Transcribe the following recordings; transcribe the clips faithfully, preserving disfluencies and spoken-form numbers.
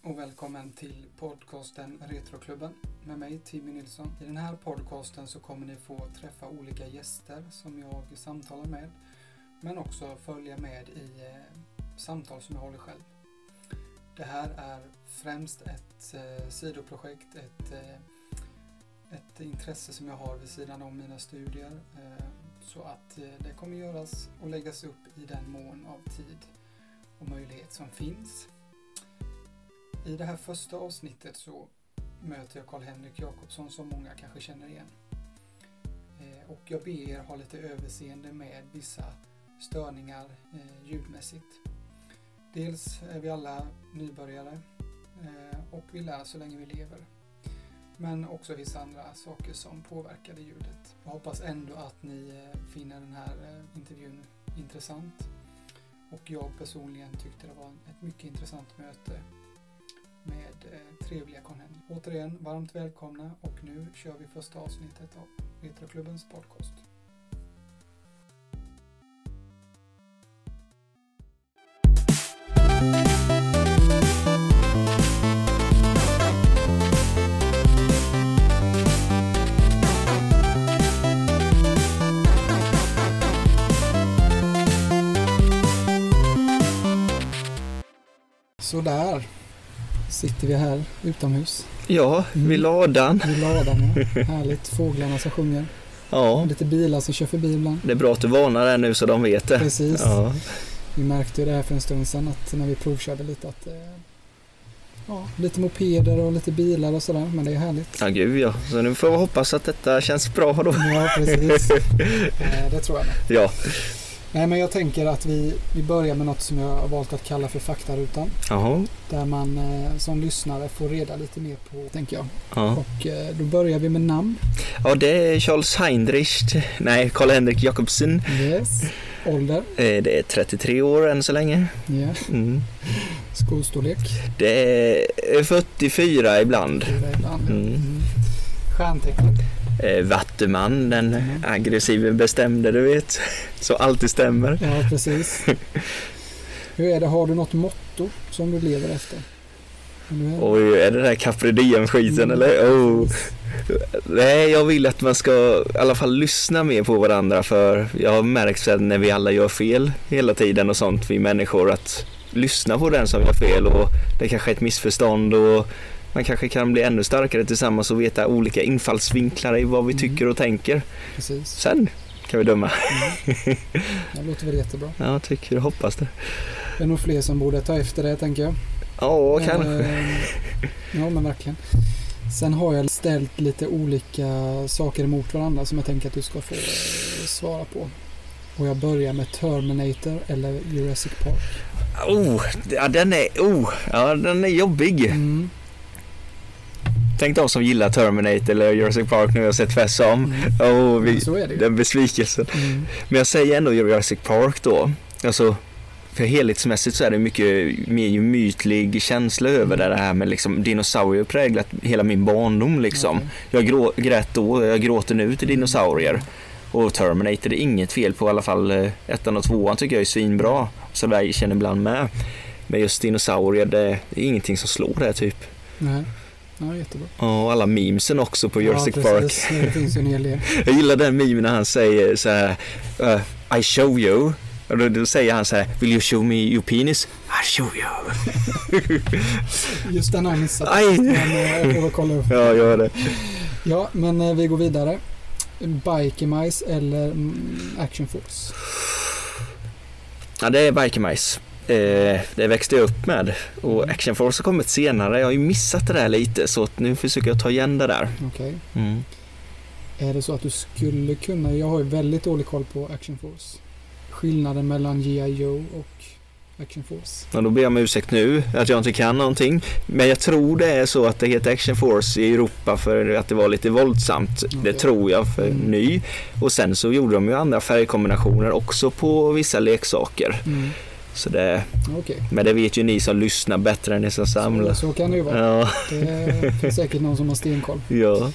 och välkommen till podcasten Retroklubben med mig Timmy Nilsson. I den här podcasten så kommer ni få träffa olika gäster som jag samtalar med, men också följa med i eh, samtal som jag håller själv. Det här är främst ett eh, sidoprojekt, ett, eh, ett intresse som jag har vid sidan om mina studier, eh, så att eh, det kommer göras och läggas upp i den mån av tid och möjlighet som finns. I det här första avsnittet så möter jag Karl-Henrik Jakobsson som många kanske känner igen. Eh, och jag ber er ha lite överseende med vissa störningar eh, ljudmässigt. Dels är vi alla nybörjare eh, och vi lär så länge vi lever. Men också vissa andra saker som påverkade ljudet. Jag hoppas ändå att ni eh, finner den här eh, intervjun intressant. Och jag personligen tyckte det var ett mycket intressant möte med eh, trevliga Karl-Henrik. Återigen, varmt välkomna och nu kör vi första avsnittet av Retroklubbens podcast. Så där sitter vi här utomhus. Ja, vid ladan. Vid ladan, ja. Härligt. Fåglarna som sjunger. Ja. Lite bilar som kör förbi ibland. Det är bra att du varnar där nu så de vet det. Precis. Ja. Vi märkte ju det här för en stund sedan att när vi provkörde lite att eh, ja, lite mopeder och lite bilar och sådär, men det är härligt. Ja, gud ja. Så nu får vi hoppas att detta känns bra då. Ja, precis. eh, det tror jag med. Ja. Nej, men jag tänker att vi, vi börjar med något som jag har valt att kalla för faktarutan. Jaha. Där man eh, som lyssnare får reda lite mer på, tänker jag. Ja. Och eh, då börjar vi med namn. Ja, det är Charles Heinrich. Nej, Karl-Henrik Jakobsson. Yes. Ålder? Eh, Det är trettiotre år än så länge. Ja. Mm. Skostorlek? Det är fyrtiofyra ibland. Fyra ibland. Mm. Mm. Stjärntecken? Eh, Vattuman, den Mm. aggressiva bestämde, du vet. Så alltid stämmer. Ja, precis. Hur är det? Har du något motto som du lever efter? Är... Oj, är det där Carpe Diem-skiten Mm. eller? Oh. Nej, jag vill att man ska i alla fall lyssna mer på varandra, för jag har märkt att när vi alla gör fel hela tiden och sånt, vi människor, att lyssna på den som gör fel, och det kanske är ett missförstånd och man kanske kan bli ännu starkare tillsammans och veta olika infallsvinklar i vad vi tycker och tänker. Precis. Sen kan vi döma. Mm. Det låter väl jättebra. Ja, jag tycker, jag hoppas det. Det är nog fler som borde ta efter det, tänker jag. Ja, kanske. Eh, ja, men verkligen. Sen har jag ställt lite olika saker emot varandra som jag tänker att du ska få svara på. Och jag börjar med Terminator eller Jurassic Park. Oh, ja, den är, oh, ja, den är jobbig. Mm. Tänk de som gillar Terminator eller Jurassic Park nu har sett tvärsom. Mm. Oh, vi, Så är det ju. Den besvikelsen. Mm. Men jag säger ändå Jurassic Park då. Alltså, för helhetsmässigt så är det mycket mer mytlig känsla över det här med liksom dinosaurier präglat hela min barndom liksom. Okay. Jag grå, grät då, jag gråter nu till dinosaurier. Och Terminator, det är inget fel på, i alla fall ettan och tvåan tycker jag är svinbra. Så där jag känner ibland med. Men just dinosaurier, det är ingenting som slår det typ. Nej. Ja, jättebra. Och alla memesen också på Jurassic ja, Park. Det finns ju en hel del. Jag gillar den memen när han säger så här: uh, I show you. Och då, då säger han så här: Will you show me your penis? I show you. Just den har jag missat. Aj. Men jag får kolla upp. Ja, gör det. Ja, men eh, vi går vidare. Biker Mice eller mm, Action Force? Ja, det är Biker Mice. Eh, det växte jag upp med. Och Action Force har kommit senare. Jag har ju missat det där lite, så att nu försöker jag ta igen det där. Okej. Okay. Mm. Är det så att du skulle kunna... Jag har ju väldigt dålig koll på Action Force. Skillnaden mellan G I Joe och Action Force. Ja, då ber jag om ursäkt nu att jag inte kan någonting. Men jag tror det är så att det heter Action Force i Europa för att det var lite våldsamt. Okay. Det tror jag, för mm. ny. Och sen så gjorde de ju andra färgkombinationer också på vissa leksaker. Mm. Så det, okay. Men det vet ju ni som lyssnar bättre än ni som samlar. Så, så kan det ju vara. Ja. Det finns säkert någon som har stenkoll. Ja.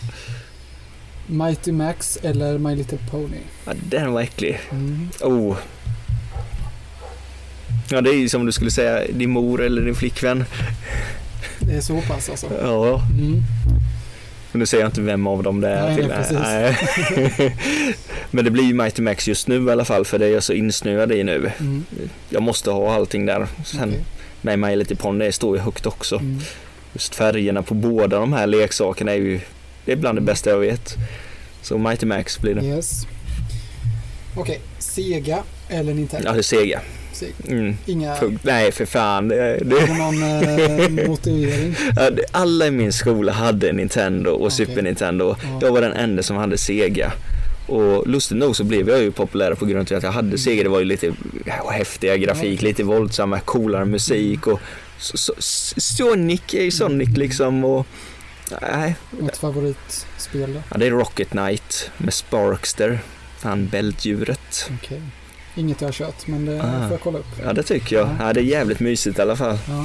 Mighty Max eller My Little Pony? Ja, den var äcklig. Mm. Oh. Ja, det är ju som du skulle säga din mor eller din flickvän. är så pass alltså. Ja. Mm. Nu säger jag inte vem av dem det är. Nej, till. nej, Nej. Men det blir ju Mighty Max just nu i alla fall, för det är jag så insnöad i nu. Mm. Jag måste ha allting där. Sen Okay. med My Little Pony, det står ju högt också. Mm. Just färgerna på båda de här leksakerna är ju, det är bland det bästa jag vet. Så Mighty Max blir det. Yes. Okej, okay. Sega eller Nintendo? Ja, det är Sega. Sega. Mm. Inga... Punkt. Nej, för fan. Det, det... någon eh, motivering? Ja, det, alla i min skola hade Nintendo och Okay. Super Nintendo. Ja. Jag var den enda som hade Sega. Och lustigt nog så blev jag ju populär på grund av att jag hade Sega. Det var ju lite häftiga grafik, ja. lite våldsamma, coolare musik. Och så, så, Sonic är ju Sonic liksom. Och, nej. Något favoritspel då? Ja, det är Rocket Knight med Sparkster. Han bältdjuret. Okej. Okay. Inget jag har kört, men det ah. får jag kolla upp. Ja, det tycker jag. Ja. Ja, det är jävligt mysigt i alla fall. Ja.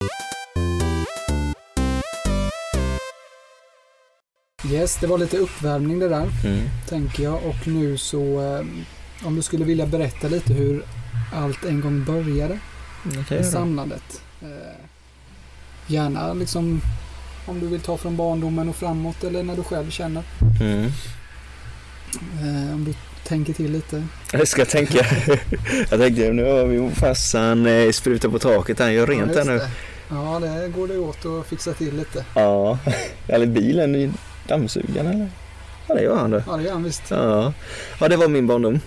Yes, det var lite uppvärmning det där, mm. tänker jag. Och nu så, eh, om du skulle vilja berätta lite hur allt en gång började okay, med samlandet. Eh, gärna liksom, om du vill ta från barndomen och framåt, eller när du själv känner. Mm. Eh, om du tänker till lite. Jag ska tänka. Jag tänkte, nu har vi farsan eh, sprutar på taket. Han gör rent ja, här nu. Det. Ja, det går det åt att fixa till lite. Ja, eller bilen i dammsugan eller? Ja, det gör han det. Ja, det gör han visst. Ja, ja det var min barndom.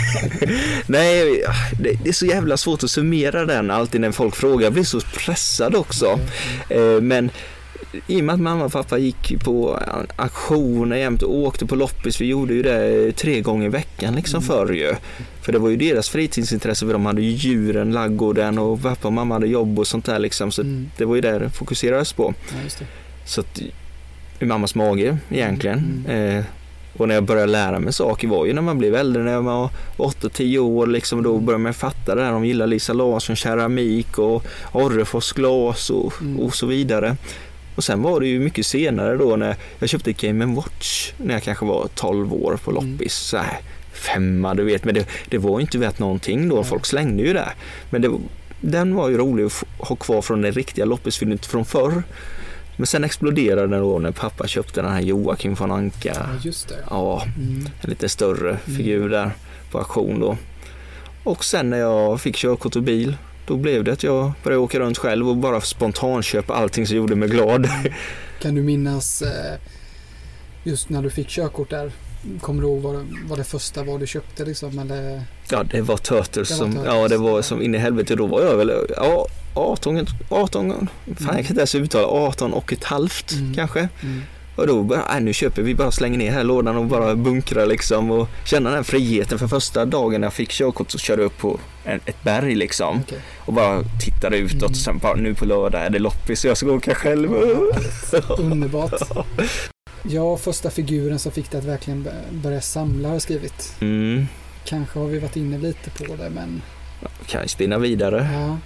Nej, det, det är så jävla svårt att summera den alltid när folk frågar. Jag blir så pressad också. Okay. Eh, men i och med att mamma och pappa gick på aktioner jämt och åkte på loppis, vi gjorde ju det tre gånger i veckan liksom mm. förr ju. För det var ju deras fritidsintresse, för de hade ju djuren, laggården och pappa och mamma hade jobb och sånt där liksom. Så mm. det var ju det det fokuserades på. Ja, just det. Så att, i mammas mage egentligen. Mm. Eh, och när jag började lära mig saker var ju när man blev äldre, när jag var åtta tio år liksom, då började man fatta det här. De gillar Lisa Larsson, keramik och Orrefors glas och, mm. och så vidare. Och sen var det ju mycket senare då när jag köpte Game and Watch när jag kanske var tolv år på loppis. Mm. Så här, femma, du vet. Men det, det var ju inte värt någonting då. Mm. Folk slängde ju det. Men det, den var ju rolig att ha kvar från det riktiga loppisfyndet från förr. Men sen exploderade den då när pappa köpte den här Joakim von Anka. Ja, just det. Ja, mm. en lite större figur mm. där på auktion då. Och sen när jag fick körkort och bil, då blev det att jag började åka runt själv och bara spontant köpa allting som gjorde mig glad. Kan du minnas just när du fick körkort där? Kommer du ihåg vad det, vad det första var du köpte liksom? Eller? Ja, det var Turtles. Det var som, Turtles. Ja, det var som in i helvete. Då var jag väl ja, arton, arton fan jag kan inte ens uttala, arton och ett halvt mm. kanske. Mm. Och då bara, äh, nu köper vi, bara slänger ner här lådan och bara bunkrar liksom och känner den friheten. För första dagen jag fick körkort så körde jag upp på en, ett berg liksom okay. och bara tittade utåt mm. och sen bara, nu på lördag är det loppis så jag ska åka själv. Ja, underbart. Ja, första figuren som fick det att verkligen börja samla har jag skrivit. Mm. Kanske har vi varit inne lite på det, men... Kan jag spinna vidare? Ja.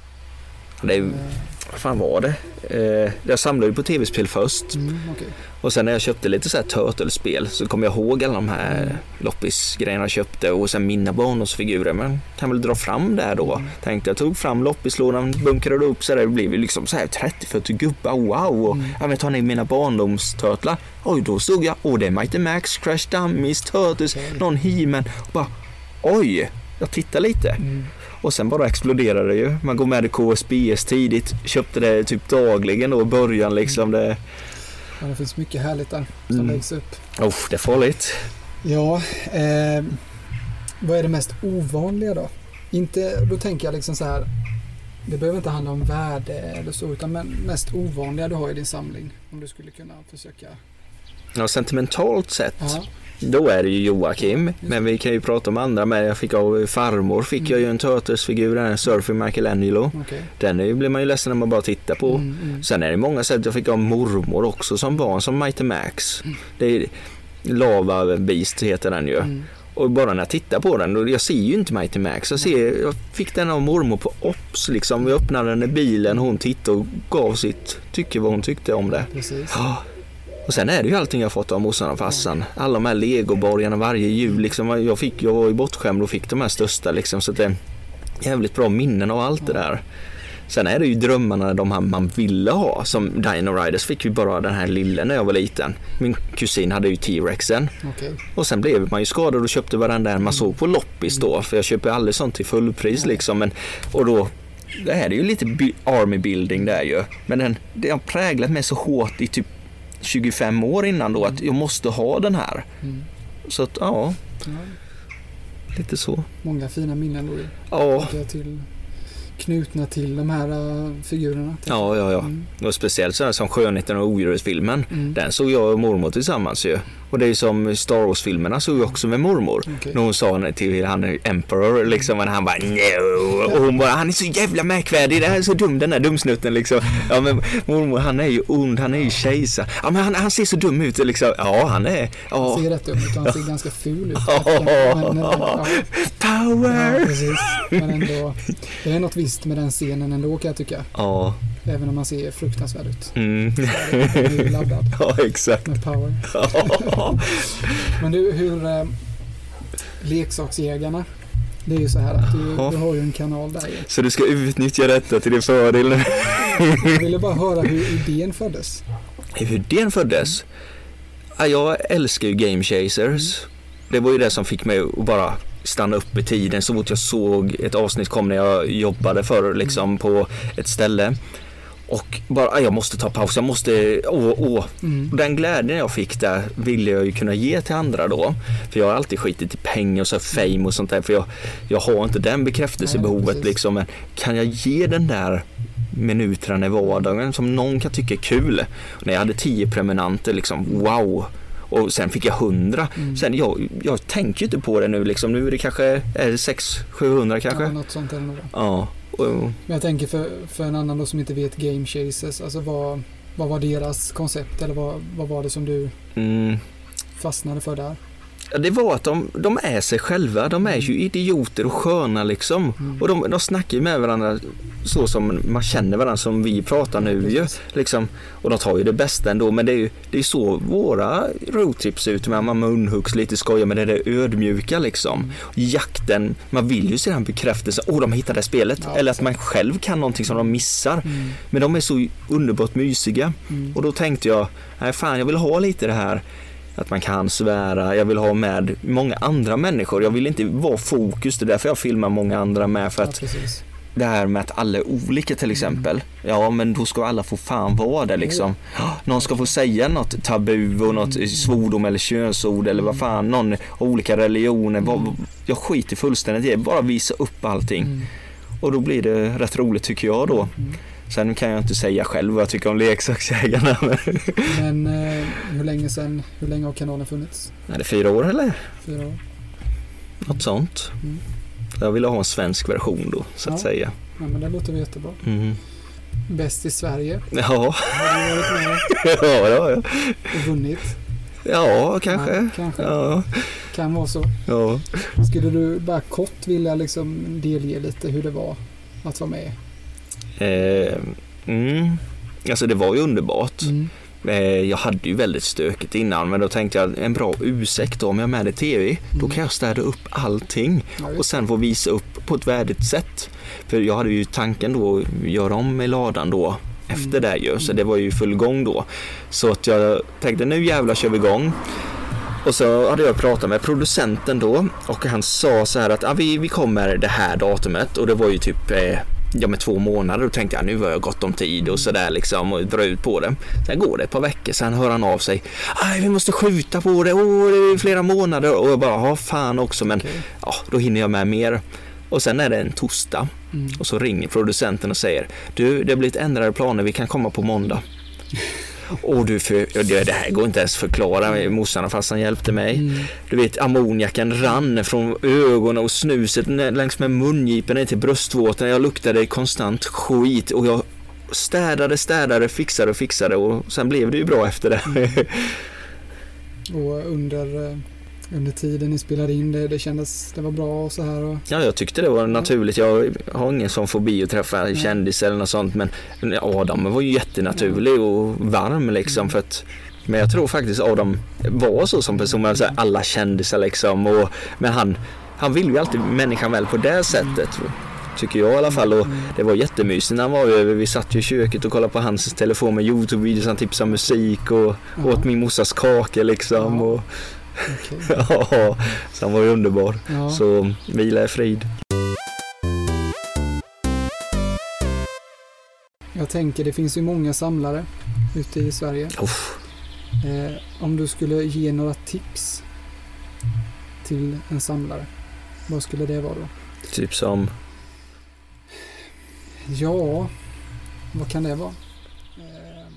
Det är, vad fan var det? Eh, jag samlade ju på tv-spel först. Mm, okay. Och sen när jag köpte lite så här Turtles-spel så kom jag ihåg alla de här mm. loppis-grejerna jag köpte och sen mina barndomsfigurer. Men kan väl dra fram där då. Mm. Tänkte jag tog fram loppislådan, bunkrade upp så där, det blev ju liksom så här trettio fyrtio gubbar, wow. Och mm. jag vet, tar ner mina barndomsturtlar. Oj, då stod jag, åh det är Mighty Max, Crash Dummies, Turtles, okay. någon He-Man. Och bara, oj, jag tittar lite. Mm. Och sen bara exploderade det ju. Man går med i K S B S tidigt. Köpte det typ dagligen då i början liksom. Det... Ja, det finns mycket härligt där som mm. läggs upp. Oh, det är farligt. Ja, eh, vad är det mest ovanliga då? Inte, då tänker jag liksom så här. Det behöver inte handla om värde eller så, utan men mest ovanliga du har i din samling. Om du skulle kunna försöka. Ja, sentimentalt sett. Ja. Då är det ju Joakim, men vi kan ju prata om andra med. Jag fick av farmor, fick mm. jag ju en Turtles-figur, en Surfing Michelangelo. Okay. Den är, blir man ju ledsen när man bara tittar på. Mm, mm. Sen är det många sätt jag fick av mormor också som barn, som Mighty Max. Mm. Det är Lava Beast heter den ju. Mm. Och bara när jag tittar på den, då, jag ser ju inte Mighty Max. Jag, ser, jag fick den av mormor på Ops liksom. Vi öppnade den i bilen, hon tittade och gav sitt tycke vad hon tyckte om det. Precis. Ja. Och sen är det ju allting jag fått av morsan och farsan. Alla de här legoborgarna varje jul liksom. Jag, fick, jag var i bortskämd och fick de här största liksom. Så det är jävligt bra minnen av allt det där. Sen är det ju drömmarna de här man ville ha. Som Dino Riders fick vi bara den här lilla när jag var liten. Min kusin hade ju T-Rexen. Okay. Och sen blev man ju skadad och köpte varandra där man såg på loppis då. För jag köper aldrig sånt till fullpris liksom. Men, och då, det här är ju lite army building där ju. Men den, det har präglat mig så hårt i typ tjugofem år innan då. Att jag måste ha den här. Mm. Så att ja, ja, lite så. Många fina minnen då. Ja. Till, knutna till de här uh, figurerna. Ja, ja, ja. Mm. Och speciellt sådär som Skönheten och odjuret-filmen. Mm. Den såg jag och mormor tillsammans ju. Och det är ju som Star Wars-filmerna såg jag också med mormor. Okay. När hon sa till han Emperor liksom, och han bara no. Och hon bara, han är så jävla märkvärdig, det här är så dum, den där dumsnutten liksom. Ja men mormor, han är ju ond, han är ju kejsar. Ja men han, han ser så dum ut liksom. Ja, han är. Ja. Han ser rätt dum ut, han ser ganska ful ut. Men, ja. Power! Ja, precis. Men ändå, det är något visst med den scenen ändå kan jag tycka. Ja. Även om man ser fruktansvärd ut. Mm. Så är det laddad. Ja, exakt. Med power. Men du, hur eh, leksaksjägarna, det är ju så här att du, du har ju en kanal där. Så du ska utnyttja detta till din fördel? Jag ville bara höra hur idén föddes. Hur idén föddes? Mm. Jag älskar ju Game Chasers. Mm. Det var ju det som fick mig att bara stanna upp i tiden så fort jag såg ett avsnitt kom när jag jobbade för liksom mm. på ett ställe. Och bara, jag måste ta paus, jag måste, åh, åh. Mm. Den glädjen jag fick där ville jag ju kunna ge till andra då. För jag har alltid skitit i pengar och så fame och sånt där, för jag, jag har inte den bekräftelsebehovet. Ja, liksom. Men kan jag ge den där minuterna i vardagen som någon kan tycka är kul? Och när jag hade tio prenumeranter, liksom, wow. Och sen fick jag hundra. Mm. Sen jag, jag tänker ju inte på det nu, liksom. Nu är det kanske sex sjuhundra kanske. Ja, något sånt är det nog. Ja. Men jag tänker för, för en annan då som inte vet Game Chasers, alltså vad, vad var deras koncept eller vad, vad var det som du mm. fastnade för där? Ja, det var att de, de är sig själva, de är ju idioter och sköna liksom. Mm. Och de, de snackar ju med varandra så som man känner varandra som vi pratar nu ju, liksom. Och de tar ju det bästa ändå, men det är ju det är så våra roadtrips ut med, man munhuggs lite, skojar med det där ödmjuka liksom. Mm. Jakten, man vill ju se den bekräftelsen, åh oh, de hittade spelet, ja, eller att man själv kan någonting som de missar. Mm. Men de är så underbart mysiga. Mm. Och då tänkte jag, nej fan, jag vill ha lite det här att man kan svära, jag vill ha med många andra människor, jag vill inte vara fokus, det är därför jag filmar många andra med, för att ja, det här med att alla är olika till exempel, mm. ja men då ska alla få fan vara det liksom. Mm. Någon ska få säga något tabu och något mm. svordom eller könsord eller vad fan, någon olika religioner, mm. jag skiter fullständigt i det, bara visa upp allting. Mm. Och då blir det rätt roligt tycker jag då. Mm. Sen kan jag inte säga själv vad jag tycker om leksaksjägarna. Men eh, hur länge sen, hur länge har kanalen funnits? Är det fyra år eller? Fyra år. Något sånt. Mm. Jag ville ha en svensk version då, så ja. att säga. Ja, men det låter jättebra. Mm. Bäst i Sverige. Ja. Har du varit med? ja, ja, ja. Och vunnit? Ja, kanske. Ja, kanske. Ja. Kan vara så. Ja. Skulle du bara kort vilja liksom delge lite hur det var att vara med? Eh, mm. Alltså det var ju underbart. Mm. eh, Jag hade ju väldigt stökigt innan, men då tänkte jag en bra ursäkt om jag är med i tv, mm. då kan jag städa upp allting ja, och sen få visa upp på ett värdigt sätt. För jag hade ju tanken då att göra om i ladan då efter mm. det ju, så det var ju full gång då. Så att jag tänkte nu jävlar kör vi igång. Och så hade jag pratat med producenten då, och han sa så här att ah, vi, vi kommer det här datumet, och det var ju typ eh, ja, med två månader. Då tänkte jag nu har jag gott om tid och sådär liksom, och dra ut på det. Sen går det ett par veckor, sen hör han av sig, aj vi måste skjuta på det, åh det är flera månader, och jag bara, ja fan också, men okay. ja, då hinner jag med mer. Och sen är det en torsdag mm. och så ringer producenten och säger, du det har blivit ändrade planer, vi kan komma på måndag. Och du, för, det, det här går inte ens förklara. Morsan och farsan hjälpte mig. Mm. Du vet, ammoniaken rann från ögonen och snuset längs med mungipen till bröstvårtan. Jag luktade konstant skit och jag städade, städade, fixade och fixade, och sen blev det ju bra efter det. Mm. Och under under tiden ni spelade in det, det kändes, det var bra och så här. Och... Ja, jag tyckte det var naturligt. Jag har ingen sån fobi att träffa ja. kändis eller något sånt, men Adam var ju jättenaturlig ja. och varm liksom, mm. för att, men jag tror faktiskt Adam var så som person, alltså alla kändisar liksom, och, men han, han vill ju alltid människan väl på det sättet. tycker jag i alla fall. Och det var jättemysigt när han var över. Vi satt ju i köket och kollade på hans telefon med YouTube-videos. Han tipsade musik och ja. åt min morsas kaka liksom. Ja. Och okay. ja, så han var ju underbar. Ja. Så vila i frid. Jag tänker, det finns ju många samlare ute i Sverige. Eh, om du skulle ge några tips till en samlare, vad skulle det vara då? Typ som? Ja, vad kan det vara? Eh,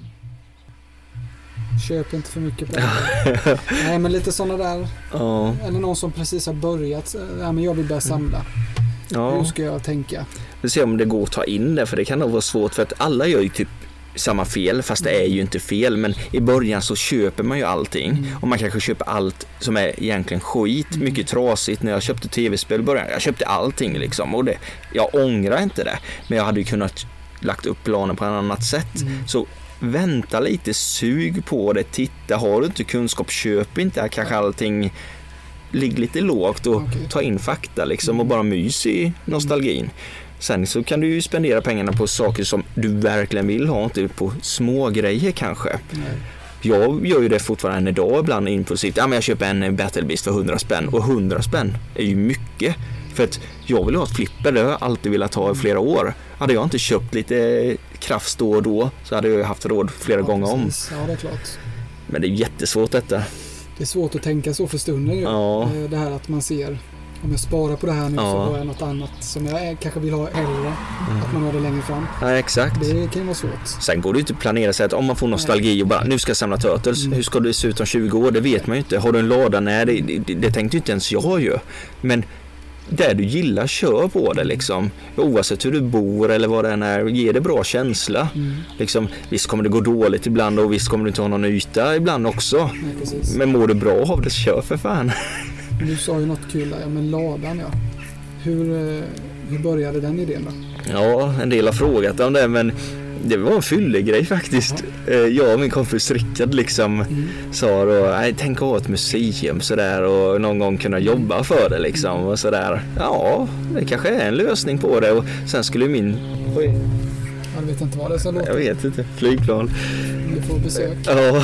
köp inte för mycket på det. Nej, men lite sådana där. Ja. Eller någon som precis har börjat. Ja, men jag vill börja samla. Ja. Hur ska jag tänka? Vi ser om det går att ta in det, för det kan nog vara svårt, för att alla gör ju typ samma fel, fast det är ju inte fel, men i början så köper man ju allting mm. och man kanske köper allt som är egentligen skit, mm. mycket trasigt. När jag köpte tv-spel i början, jag köpte allting liksom, och det, jag ångrar inte det, men jag hade ju kunnat lagt upp planen på ett annat sätt. Mm. Så vänta lite, sug på det, titta, har du inte kunskap, köp inte kanske allting, ligg lite lågt och okay. ta in fakta liksom mm. och bara mys i nostalgin. Mm. Sen så kan du ju spendera pengarna på saker som du verkligen vill ha, inte på små grejer kanske. Nej. Jag gör ju det fortfarande idag ibland impulsivt. Ja, men jag köper en Battle Beast för hundra spänn, och hundra spänn är ju mycket. För att jag vill ha ett flipper, det har jag alltid velat ha i flera år. Hade jag inte köpt lite kraft då och då, så hade jag haft råd flera ja, gånger om. Ja, det är klart. Men det är jättesvårt detta. Det är svårt att tänka så för stunden. Ja. Det här att man ser, om jag sparar på det här nu ja. så har jag något annat som jag kanske vill ha äldre, mm. att man har det längre fram. Ja, exakt. Det kan vara svårt. Sen går det ju inte att planera sig att om man får nostalgi och bara, nu ska jag samla Turtles, mm. hur ska det se ut om tjugo år? Det vet man ju inte. Har du en låda? Nej, det, det, det tänkte ju inte ens jag ju. Men det du gillar, kör på det liksom. Oavsett hur du bor eller vad det än är, ger det bra känsla. Mm. Liksom, visst kommer det gå dåligt ibland, och visst kommer du inte ha någon yta ibland också. Nej, men mår du bra av det, kör för fan. Du sa ju något kul där, ja, men ladan, ja. Hur, hur började den idén då? Ja, en del har frågat om det, men det var en fyllig grej faktiskt. Jaha. Jag och min kompis Rickard liksom mm. sa då, nej, tänk att ha ett museum sådär och någon gång kunna jobba för det liksom mm. och sådär. Ja, det kanske är en lösning på det, och sen skulle min... Oj. Jag vet inte vad det så låter. Jag vet inte, flygplan. Du får besök. Ja.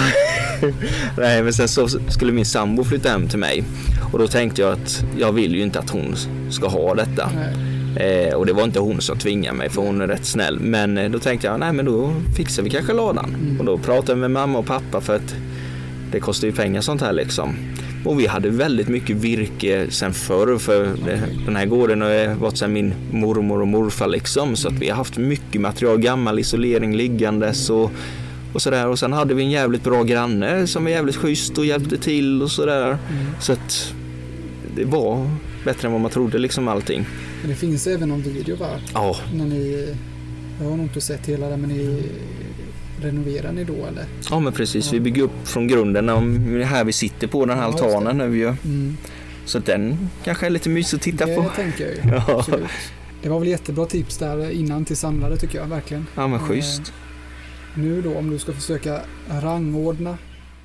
Nej, men sen så skulle min sambo flytta hem till mig, och då tänkte jag att jag vill ju inte att hon ska ha detta. Eh, och det var inte hon som tvingade mig, för hon är rätt snäll. Men eh, då tänkte jag, nej men då fixar vi kanske ladan. Mm. Och då pratade jag med mamma och pappa, för att det kostar ju pengar sånt här liksom. Och vi hade väldigt mycket virke sen förr, för det, den här gården har varit sedan min mormor och morfar liksom. Så att vi har haft mycket material, gammal isolering liggandes och, och sådär. Och sen hade vi en jävligt bra granne som var jävligt schysst och hjälpte till och sådär. Mm. Så att det var bättre än vad man trodde liksom, allting. Men det finns även någon video, va? Ja. När ni, jag har nog inte sett hela det, men ni renoverar ni då eller? Ja, men precis, ja. Vi bygger upp från grunden. Det här vi sitter på, den här ja, altanen när vi gör. Mm. Så den kanske är lite mysigt att titta det på. Det tänker jag ju. Ja. Absolut. Det var väl jättebra tips där innan till samlare, tycker jag, verkligen. Ja, men schysst. Eh, nu då, om du ska försöka rangordna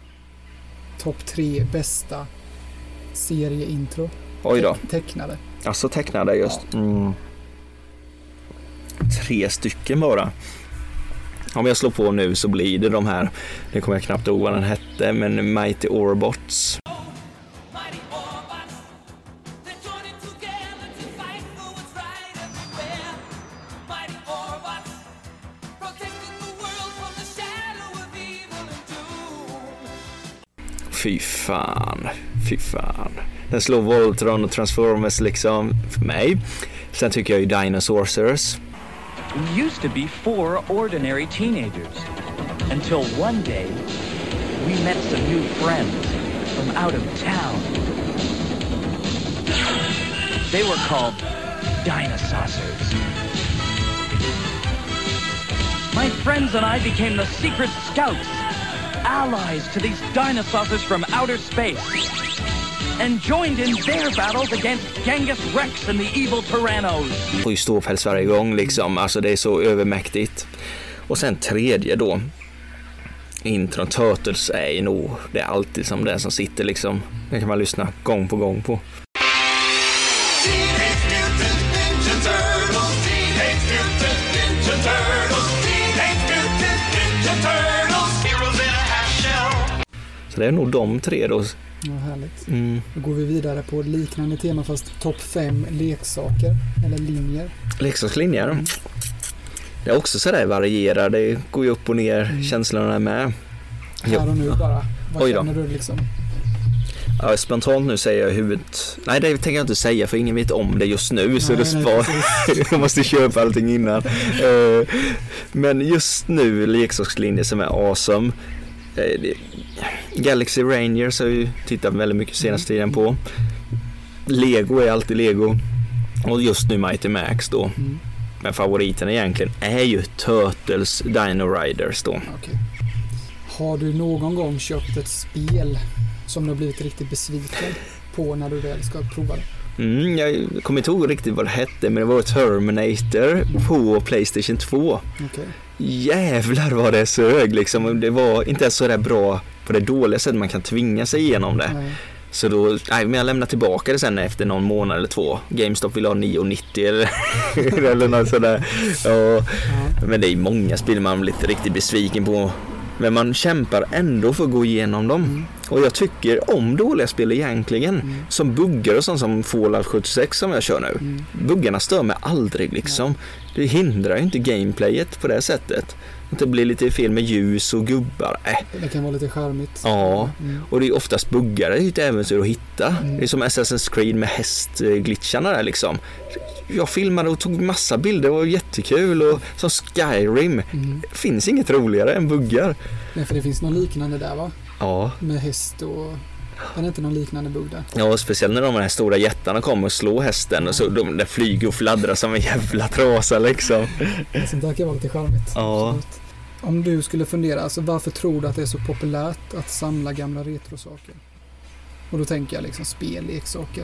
topp tre bästa serieintro. Oj då. Tecknade. Alltså tecknade just. Ja. Mm. Tre stycken bara. Om jag slår på nu så blir det de här. Det kommer jag knappt ihåg vad den hette, men Mighty Orbots. Fy fan, fy fan. Den slår Voltron och Transformers liksom för mig. Sen tycker jag ju Dinosaurs. We used to be four ordinary teenagers until one day we met some new friends from out of town. They were called Dinosaurs. My friends and I became the secret scouts, allies to these dinosaurs from outer space, and joined in their battles against Genghis Rex and the evil Tyrannos. Får ju ståpäls varje gång liksom, alltså det är så övermäktigt. Och sen tredje då, intron Turtles är ju nog, det är alltid som den som sitter liksom, det kan man lyssna gång på gång på. Teenage Mutant Ninja Turtles. Så det är nog de tre då. Ja, härligt. Mm. Då går vi vidare på ett liknande tema fast topp fem leksaker eller linjer. Leksakslinjer. Mm. Det är också sådär varierar. Det går ju upp och ner mm. känslorna med. Här och nu bara. Vad Oj då. känner du liksom? Ja, spontant nu säger jag huvudet. Nej, det tänker jag inte säga för ingen vet om det just nu. Nej, så det spar. Jag måste köpa allting innan. uh, men just nu leksakslinjer som är awesome. Uh, det, Galaxy Rangers har ju tittat väldigt mycket senaste tiden på. Lego är alltid Lego. Och just nu Mighty Max då. Mm. Men favoriten egentligen är ju Turtles Dino Riders då. Okay. Har du någon gång köpt ett spel som du har blivit riktigt besviken på när du väl ska prova det? Mm, jag kommer inte ihåg riktigt vad det hette, men det var Terminator på PlayStation två. Okay. Jävlar vad det sög liksom. Det var inte så där bra på det dåliga sättet man kan tvinga sig igenom det. Nej. Så då, nej, men jag lämnade tillbaka det sen efter någon månad eller två. GameStop vill ha nio nittio eller, eller något sådär. Ja, ja. Men det är många spel man blir lite riktigt besviken på. Men man kämpar ändå för att gå igenom dem. Mm. Och jag tycker om dåliga spel egentligen. Mm. Som buggar och sånt som Fallout sjuttiosex som jag kör nu. Mm. Buggarna stör mig aldrig liksom. Mm. Det hindrar ju inte gameplayet på det sättet. Att det blir lite fel med ljus och gubbar. Äh. Det kan vara lite charmigt. Ja, mm. och det är oftast buggar. Det är ju ett äventyr att hitta. Mm. Det är som Assassin's Creed med hästglitcharna där liksom. Jag filmade och tog massa bilder, det var jättekul. Och som Skyrim, mm. finns inget roligare än buggar. Nej, för det finns någon liknande där va? Ja. Med häst och... Det är inte någon liknande bugg där. Ja, speciellt när de här stora jättarna kommer och slår hästen. Ja. Och så de där flyger och fladdrar som en jävla trasa liksom. Sånt där kan vara lite charmigt. Ja. Absolut. Om du skulle fundera, alltså varför tror du att det är så populärt att samla gamla retrosaker? Och då tänker jag liksom spel, leksaker,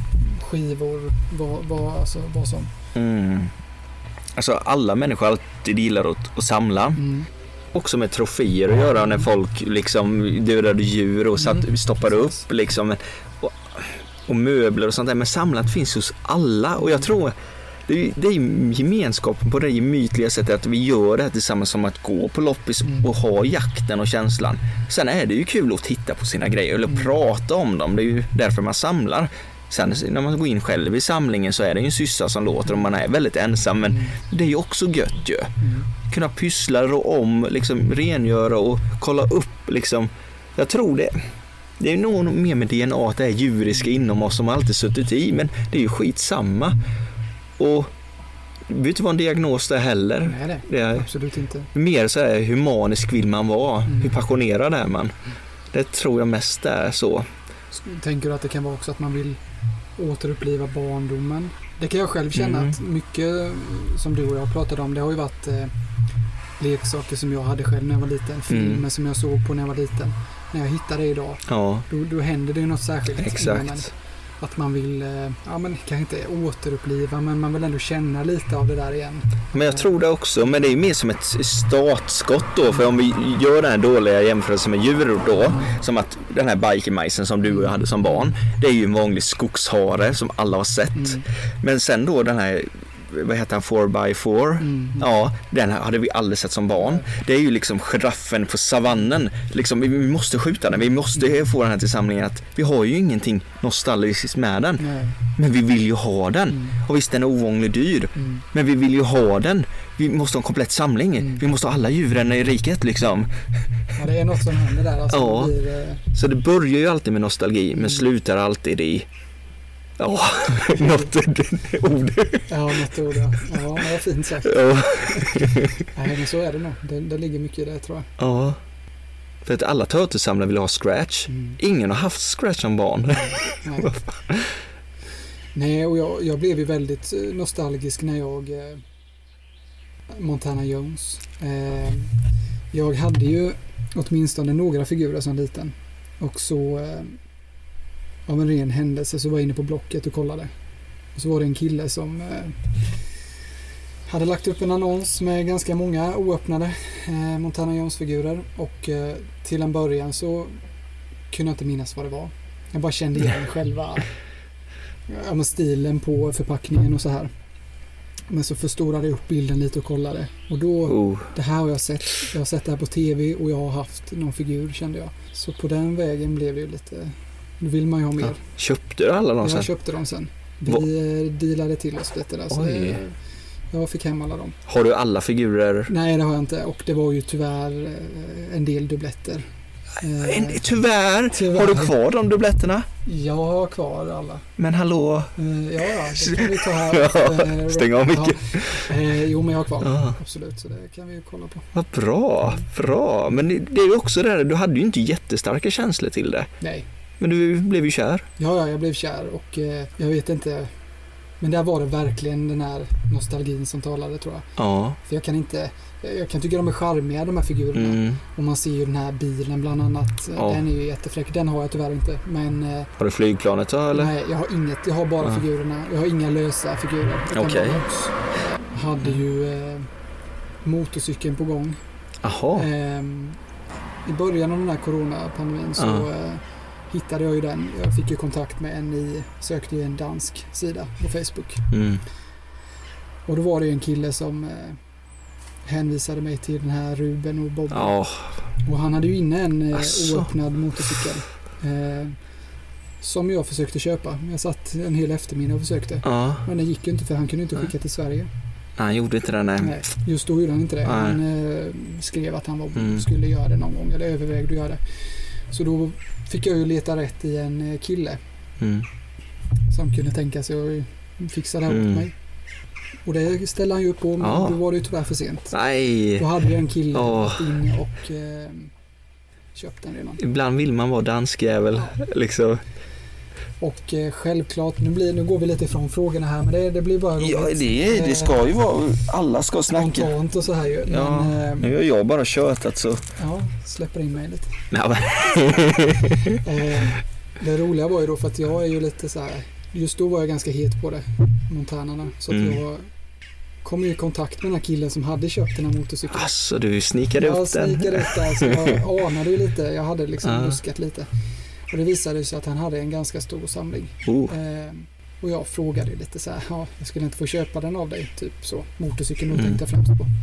skivor, vad, vad, alltså, vad som. Mm. Alltså alla människor alltid gillar att, att samla. Mm. Också med troféer att göra när folk liksom dödade djur och satt, mm. stoppade upp liksom. Och, och möbler och sånt där. Men samlat finns hos alla. Och jag tror det är, det är gemenskapen på det gemytliga sättet att vi gör det här tillsammans som att gå på loppis mm. och ha jakten och känslan. Sen är det ju kul att titta på sina grejer eller mm. prata om dem. Det är ju därför man samlar. Sen när man går in själv i samlingen så är det ju en syssa som låter och man är väldigt ensam. Men mm. det är ju också gött ju. Mm. Kunna pyssla och om, liksom rengöra och kolla upp liksom. Jag tror det. Det är nog mer med D N A att det är djuriska inom oss som alltid suttit i. Men det är ju skitsamma. Och det behöver inte vara en diagnos där heller. Nej, det, det är absolut inte. Mer så här humanisk vill man vara. Mm. Hur passionerad är man? Det tror jag mest är så. Tänker du att det kan vara också att man vill återuppliva barndomen? Det kan jag själv känna mm. att mycket som du och jag pratade om, det har ju varit eh, leksaker som jag hade själv när jag var liten. Filmer mm. som jag såg på när jag var liten. När jag hittar det idag, ja. då, då händer det ju något särskilt. Exakt. Att man vill, ja men kanske inte återuppliva, men man vill ändå känna lite av det där igen. Men jag tror det också, men det är mer som ett startskott då, för om vi gör den här dåliga jämförelsen med djur då, mm. som att den här bikermajsen som du och jag hade som barn, det är ju en vanlig skogshare som alla har sett. Mm. Men sen då den här, vad heter han, four by four mm. ja, den hade vi aldrig sett som barn. Det är ju liksom giraffen på savannen liksom, vi måste skjuta den, vi måste få den här till samlingen, att vi har ju ingenting nostalgiskt med den. Nej. Men vi vill ju ha den. Mm. Och visst, den är ovanligt dyr. Mm. Men vi vill ju ha den. Vi måste ha en komplett samling. Mm. Vi måste ha alla djuren i riket liksom. Ja, det är något som händer där alltså. Ja. Det blir, eh... Så det börjar ju alltid med nostalgi, men slutar alltid i ja, något ord. Ja, något ord, ja. Ja, det var fint sagt. Ja. Nej, men så är det nog. Det, det ligger mycket i det, tror jag. Ja. För att alla Turtles-samlare vill ha Scratch. Mm. Ingen har haft Scratch som barn. Nej. Nej, och jag, jag blev ju väldigt nostalgisk när jag eh, Montana Jones. Eh, jag hade ju åtminstone några figurer som liten. Och så eh, av en ren händelse så var jag inne på Blocket och kollade. Och så var det en kille som eh, hade lagt upp en annons med ganska många oöppnade eh, Montana Jones-figurer. Och eh, till en början så kunde jag inte minnas vad det var. Jag bara kände igen själva ja, stilen på förpackningen och så här. Men så förstorade jag upp bilden lite och kollade. Och då, Oh. det här har jag sett. Jag har sett det här på tv och jag har haft någon figur, kände jag. Så på den vägen blev det ju lite... Då vill man ju ha mer. Ja. Köpte du alla dem sen? Jag köpte dem sen. Vi Va? eh, dealade till oss lite där. Så Oj. eh, jag fick hem alla dem. Har du alla figurer? Nej, det har jag inte. Och det var ju tyvärr eh, en del dubbletter. Eh, En, tyvärr. tyvärr. Har du kvar de dubbletterna? Jag har kvar alla. Men hallå? Eh, ja, ja, det kan vi ta här. Ja, Eh, stäng av mycket. Ja. Eh, jo, men jag har kvar. Ja. Absolut, så det kan vi ju kolla på. Vad bra, bra. Men det, det är ju också det där, du hade ju inte jättestarka känslor till det. Nej. Men du blev ju kär. Ja, ja, jag blev kär och eh, jag vet inte. Men där var det verkligen den här nostalgin som talade, tror jag. Ja. För jag kan inte, jag kan tycka de är charmiga, de här figurerna. Mm. Och man ser ju den här bilen bland annat. Ja. Den är ju jättefräck. Den har jag tyvärr inte. Men eh, Har du flygplanet då eller? nej, jag har inget. Jag har bara Ja. figurerna. Jag har inga lösa figurer. utan Okej. bara hus. Jag hade ju eh, motorcykeln på gång. Jaha. Eh, I början av den här coronapandemin så Ja. eh, hittade jag ju den. Jag fick ju kontakt med en i, sökte ju en dansk sida på Facebook. Mm. Och då var det ju en kille som eh, hänvisade mig till den här Ruben och Bob. Ja. Och han hade ju inne en eh, Asså. oöppnad motorcykel. Eh, som jag försökte köpa. Jag satt en hel eftermiddag och försökte. Ja. Men det gick ju inte för han kunde inte skicka till Sverige. Han gjorde inte det, nej. Nej, just då gjorde han inte det. Nej. Han eh, skrev att han var, Mm. skulle göra det någon gång. Eller övervägde att göra det. Så då fick jag ju leta rätt i en eh, kille. Mm. Som kunde tänka sig att fixa det här Mm. åt mig. Och det ställde han ju upp på. Men Ja. då var det ju tyvärr för sent. Nej. Då hade ju en kille Åh. gått in och eh, köpt den redan. Ibland vill man vara danskjävel. Liksom. Och eh, självklart, nu, blir, nu går vi lite ifrån frågorna här, men det, det blir bara roligt. Ja, det, det ska ju vara... Alla ska snacka. Spontant och så här ju. Ja, Men eh, nu har jag bara tjötat så... ja, släpper in mig lite. Nej, men... Eh, det roliga var ju då för att jag är ju lite så här, just då var jag ganska het på det, Montanarna. Så att Mm. jag kom i kontakt med den här killen som hade köpt den här motorcykeln. Alltså, du snikade Jag upp den. snikade upp där, så jag anade ju lite, jag hade liksom Ja. luskat lite. Och det visade sig att han hade en ganska stor samling. Oh. Eh, och jag frågade ju lite så här, ja, jag skulle inte få köpa den av dig, typ så. Motorcykeln då Mm. tänkte jag främst på.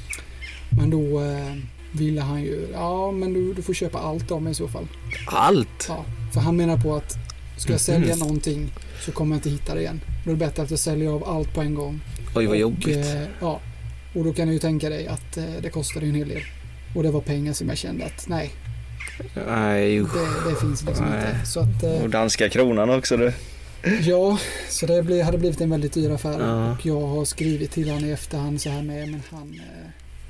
Men då eh, ville han ju, ja men du, du får köpa allt av mig i så fall. Allt? Ja, för han menar på att ska jag sälja Mm. någonting så kommer jag inte hitta det igen. Då är det bättre att jag säljer av allt på en gång. Oj, vad och, jobbigt. Eh, ja, och då kan du ju tänka dig att eh, det kostade en hel del. Och det var pengar som jag kände att nej, Nej, usch. det, det finns liksom Nej. inte. Så att, eh, Och danska kronan också du. ja, så det blev, hade blivit en väldigt dyr affär. Ja. Och jag har skrivit till han i efterhand så här med, men han... Eh,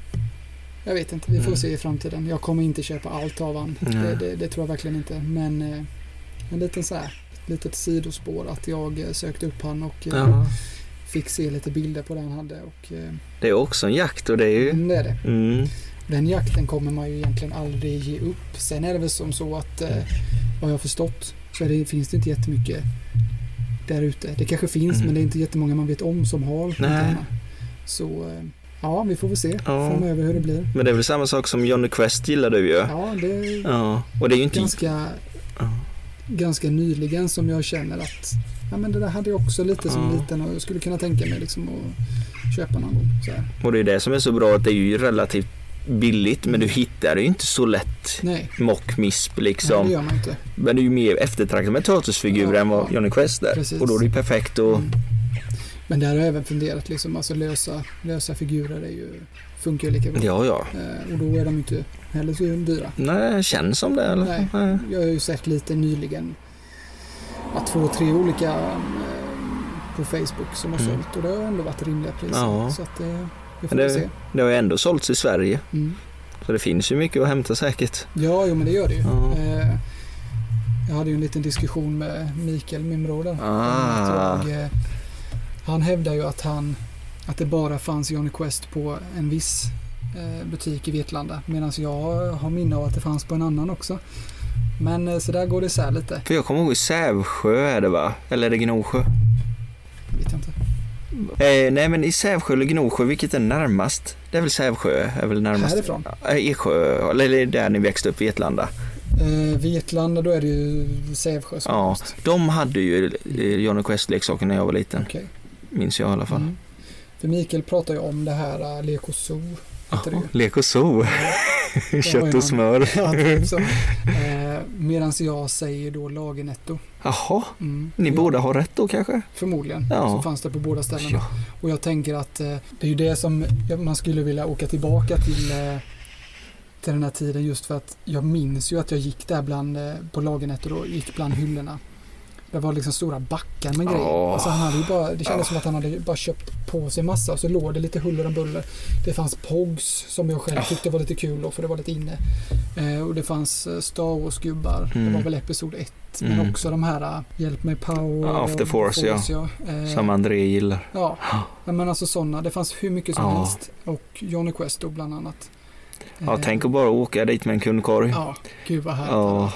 jag vet inte, vi får Mm. se i framtiden. Jag kommer inte köpa allt av han. Nej. Det, det, det tror jag verkligen inte. Men eh, en liten så här, ett litet sidospår att jag eh, sökte upp han och eh, Ja. fick se lite bilder på det han hade. Och, eh, Det är också en jakt och det är ju... mm, det är det. Mm. Den jakten kommer man ju egentligen aldrig ge upp. Sen är det väl som så att eh, vad jag har förstått så är det, finns det inte jättemycket där ute. Det kanske finns Mm. men det är inte jättemånga man vet om som har Nej. Montana. Så eh, ja, vi får väl se Ja. framöver hur det blir. Men det är väl samma sak som Johnny Quest gillar du ju. Ja, det är Ja. Och det är ju inte... ganska, Ja. ganska nyligen som jag känner att ja, men det där hade jag också lite som Ja. liten och jag skulle kunna tänka mig liksom att köpa någon gång. Så här. Och det är det som är så bra att det är ju relativt billigt men du hittar det ju inte så lätt. Nej, Mock, misp nej, liksom. det gör man inte. Men det är ju mer eftertraktad med Turtles-figurer Ja, än vad ja. Johnny Quest är. Precis. Och då är det ju perfekt och... Mm. Men där har jag även funderat liksom, alltså lösa, lösa figurer är ju, funkar ju lika bra. Ja, ja. Eh, och då är de inte heller så dyra. Nej, det känns som det eller? Nej. Nej. Jag har ju sett lite nyligen att två, tre olika eh, på Facebook som har Mm. sålt och det har ändå varit rimliga priser. Ja. Så att eh, vi får Men väl se. det, det har ju ändå sålts i Sverige. Mm. Så det finns ju mycket att hämta säkert. Ja, jo, men det gör det ju. Ja. Eh, jag hade ju en liten diskussion med Mikael, min bror där. Ah. Att jag, eh, han hävdar ju att han att det bara fanns Johnny Quest på en viss eh, butik i Vetlanda. Medan jag har minne av att det fanns på en annan också. Men eh, så där går det isär lite. För jag kommer ihåg i Sävsjö är det va? Eller är det Gnosjö? Vet jag inte. Eh, nej men i Sävsjö eller Gnosjö, vilket är närmast? Det är väl Sävsjö, är väl närmast. Härifrån? Eh, Eksjö, eller där ni växte upp i Vetlanda. Eh, Vetlanda, då är det ju Sävsjö som Ja, mest. de hade ju eh, Johnny Quest-leksaker när jag var liten. Okej. Minns jag i alla fall. Mm. För Mikael pratar ju om det här uh, Leko Zoo. Oh, Leko Zoo. Kött och smör. Ja, typ så. Eh, Medan jag säger då Lagernetto. Jaha, mm. ni ja. båda har rätt då kanske? Förmodligen, ja. så fanns det på båda ställena. Ja. Och jag tänker att eh, det är ju det som man skulle vilja åka tillbaka till, eh, till den här tiden, just för att jag minns ju att jag gick där bland, eh, på Lagernetto och gick bland hyllorna. Det var liksom stora backar med grejer. Oh. Alltså han hade ju bara, det kändes oh. som att han hade bara köpt på sig massa, och så låg det lite huller och buller. Det fanns Pogs som jag själv oh. tyckte var lite kul då, för det var lite inne. Eh, och det fanns uh, Star Wars-gubbar. Mm. Det var väl episod ett. Mm. Men också de här uh, Hjälp mig Power. After Force, ja. ja. Eh, som André gillar. Ja, men alltså sådana. Det fanns hur mycket som oh. helst. Och Johnny Quest då bland annat. Ja, eh, tänk att bara åka dit med en kundkorg. Ja, gud vad härligt. Oh.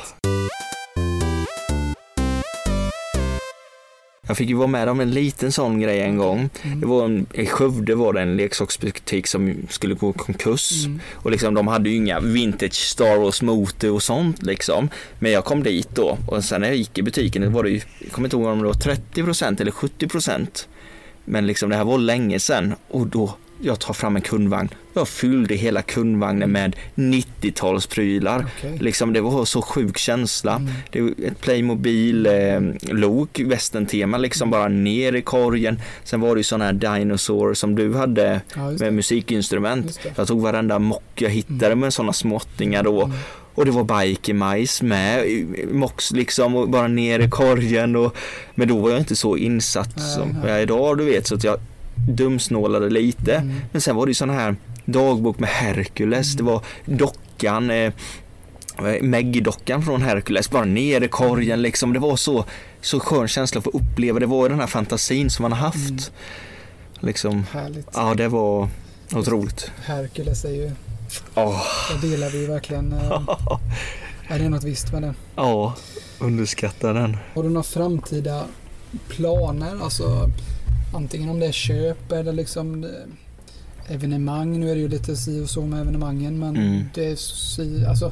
Jag fick ju vara med om en liten sån grej en gång. Mm. Det var en, i Skövde var det en leksaksbutik som skulle gå konkurs. Mm. Och liksom, de hade ju inga vintage Star Wars motor och sånt liksom. Men jag kom dit då. Och sen när jag gick i butiken, det var det ju, jag kommer inte ihåg om det var trettio procent eller sjuttio procent. Men liksom det här var länge sedan. Och då, jag tar fram en kundvagn. Jag fyllde hela kundvagnen med nittiotalsprylar. Okay. Liksom, det var så sjuk känsla. Mm. Det var ett Playmobil eh, lok, västern-tema, liksom bara ner i korgen. Sen var det ju sådana här dinosaur som du hade ja, med musikinstrument. Jag tog varenda mock jag hittade mm. med sådana småttingar då. Mm. Och det var Biker-majs med mox liksom, och bara ner i korgen. Och, men då var jag inte så insatt nej, som nej. jag är idag, du vet, så att jag dumsnålade lite. Mm. Men sen var det ju sån här dagbok med Hercules. Mm. Det var dockan, eh, Maggie-dockan från Hercules, bara ner i korgen liksom. Det var så, så skön känsla för att uppleva. Det var den här fantasin som man har haft. Mm. Liksom. Härligt. Ja, det var otroligt. Hercules är ju oh. det delar vi verkligen. Eh, är det något visst med det? Ja, underskattar den. Har du några framtida planer? Alltså antingen om det är köp eller liksom det, evenemang. Nu är det ju lite si och så med evenemangen, men mm. det är si, alltså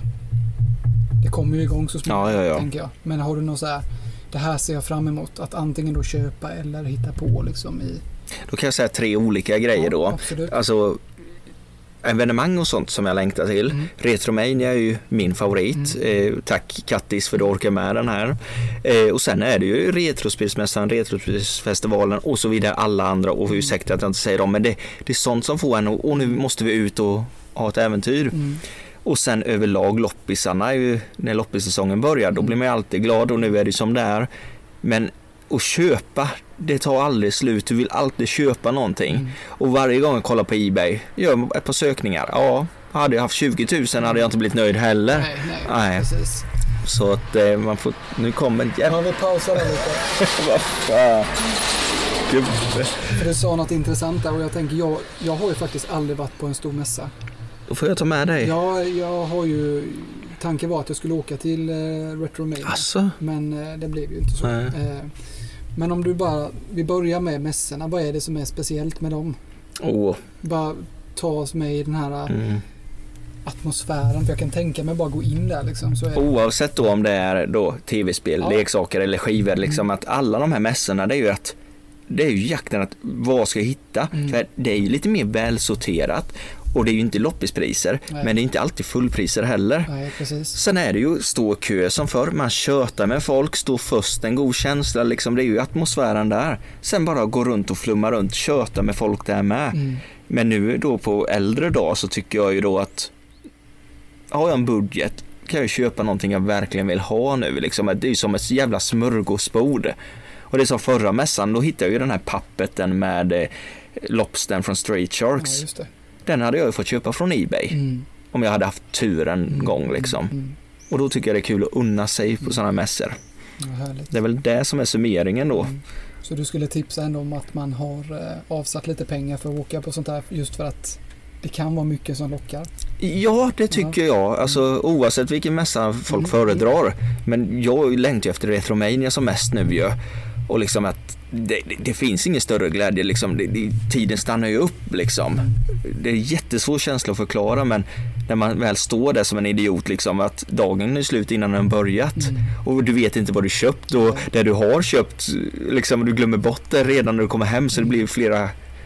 det kommer ju igång så småningom, ja, ja, ja. tänker jag. Men har du något så här, det här ser jag fram emot, att antingen då köpa eller hitta på liksom i... Då kan jag säga tre olika grejer ja, då. Absolut. Alltså evenemang och sånt som jag längtar till. Mm. Retromania är ju min favorit. Mm. Eh, tack Kattis för att du orkar med den här. Eh, och sen är det ju Retrospelsmässan, Retrospelsfestivalen och så vidare, alla andra, och mm. ursäkta att jag inte säger dem, men det, det är sånt som får en, och, och nu måste vi ut och ha ett äventyr. Mm. Och sen överlag loppisarna, ju, när loppissäsongen börjar, då blir man alltid glad, och nu är det som det är. Men att köpa, det tar aldrig slut. Du vill alltid köpa någonting. Mm. Och varje gång jag kollar på eBay, gör ett par sökningar. Ja, hade jag haft tjugo tusen hade jag inte blivit nöjd heller. Nej, nej, nej. Precis. Så att eh, man får, nu kommer ett jävla... Ja, vi pausar där lite. Vad fan? För du sa något intressant där, och jag tänker, jag, jag har ju faktiskt aldrig varit på en stor mässa. Då får jag ta med dig. Ja, jag har ju... Tanken var att jag skulle åka till eh, Retromania. Asså? Men eh, det blev ju inte så. Eh, men om du bara... Vi börjar med mässorna. Vad är det som är speciellt med dem? Oh. Bara ta oss med i den här mm. atmosfären. För jag kan tänka mig bara gå in där. Liksom, så är det. Oavsett då om det är då tv-spel, ja. leksaker eller skivor. Liksom, mm. att alla de här mässorna, det är ju att... Det är ju jakten att vad ska jag hitta? Mm. För det är ju lite mer välsorterat. Och det är ju inte loppispriser, nej. Men det är inte alltid fullpriser heller. Nej, precis. Sen är det ju stå kö som förr. Man tjötar med folk, står först, en god känsla. Liksom, det är ju atmosfären där. Sen bara gå runt och flumma runt, tjöta med folk där med. Mm. Men nu då på äldre dag så tycker jag ju då att har jag en budget kan jag köpa någonting jag verkligen vill ha nu. Liksom. Det är ju som ett jävla smörgåsbord. Och det som förra mässan, då hittade jag ju den här pappeten med eh, lobstern från Straight Sharks. Ja, just det. Den hade jag ju fått köpa från eBay. Mm. Om jag hade haft tur en mm. gång liksom. Mm. Och då tycker jag det är kul att unna sig på mm. sådana mässor. Ja, härligt. Det är väl det som är summeringen då. Mm. Så du skulle tipsa ändå om att man har eh, avsatt lite pengar för att åka på sånt här, just för att det kan vara mycket som lockar? Ja, det tycker ja. jag. Alltså, oavsett vilken mässa folk mm. föredrar. Men jag längtar efter Retromania som mest nu ju. Och liksom att det, det, det finns ingen större glädje liksom. Det, det, tiden stannar ju upp liksom. Det är jättesvår känsla att förklara, men när man väl står där som en idiot liksom, att dagen är slut innan den börjat mm. och du vet inte vad du köpt, och det du har köpt liksom, du glömmer bort det redan när du kommer hem, så det blir flera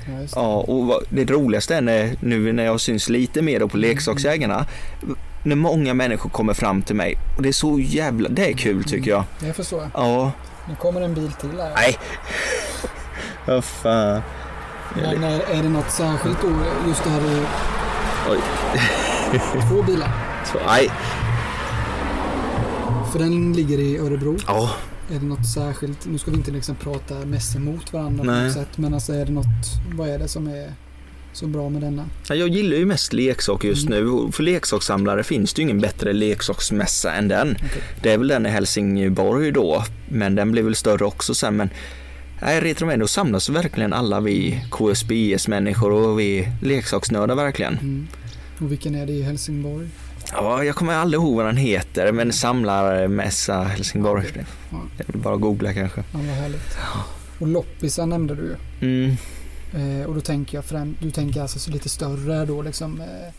Ja, just det. Ja, och vad- det roligaste är när, nu när jag syns lite mer då på Leksaksjägarna, när många människor kommer fram till mig, och det är så jävla, det är kul tycker jag. Det förstår jag. Ja, Nu kommer en bil till här. nej. Vad fan. Men är, är det något särskilt då, just det här i Oj. två bilar? Så, nej. För den ligger i Örebro. Ja, Är det något särskilt? Nu ska vi inte liksom prata mest emot varandra på Nej. något sätt. Men alltså är det något, vad är det som är så bra med denna? jag gillar ju mest leksaker just nu. Och för leksakssamlare finns det ju ingen bättre leksaksmässa än den. Okej. Det är väl den i Helsingborg då, men den blir väl större också sen. Men nej, Retromedia samlas verkligen alla vi K S B S-människor och vi leksaksnördar verkligen. Mm. Och vilken är det i Helsingborg? Ja, jag kommer aldrig ihåg vad den heter, men samlarmässa Helsingborg. Okej. Ja. Det är väl bara att googla kanske. Ja, vad härligt. Och loppisar nämnde du ju. Mm. Eh, och då tänker jag främ, du tänker alltså så lite större då liksom. Eh,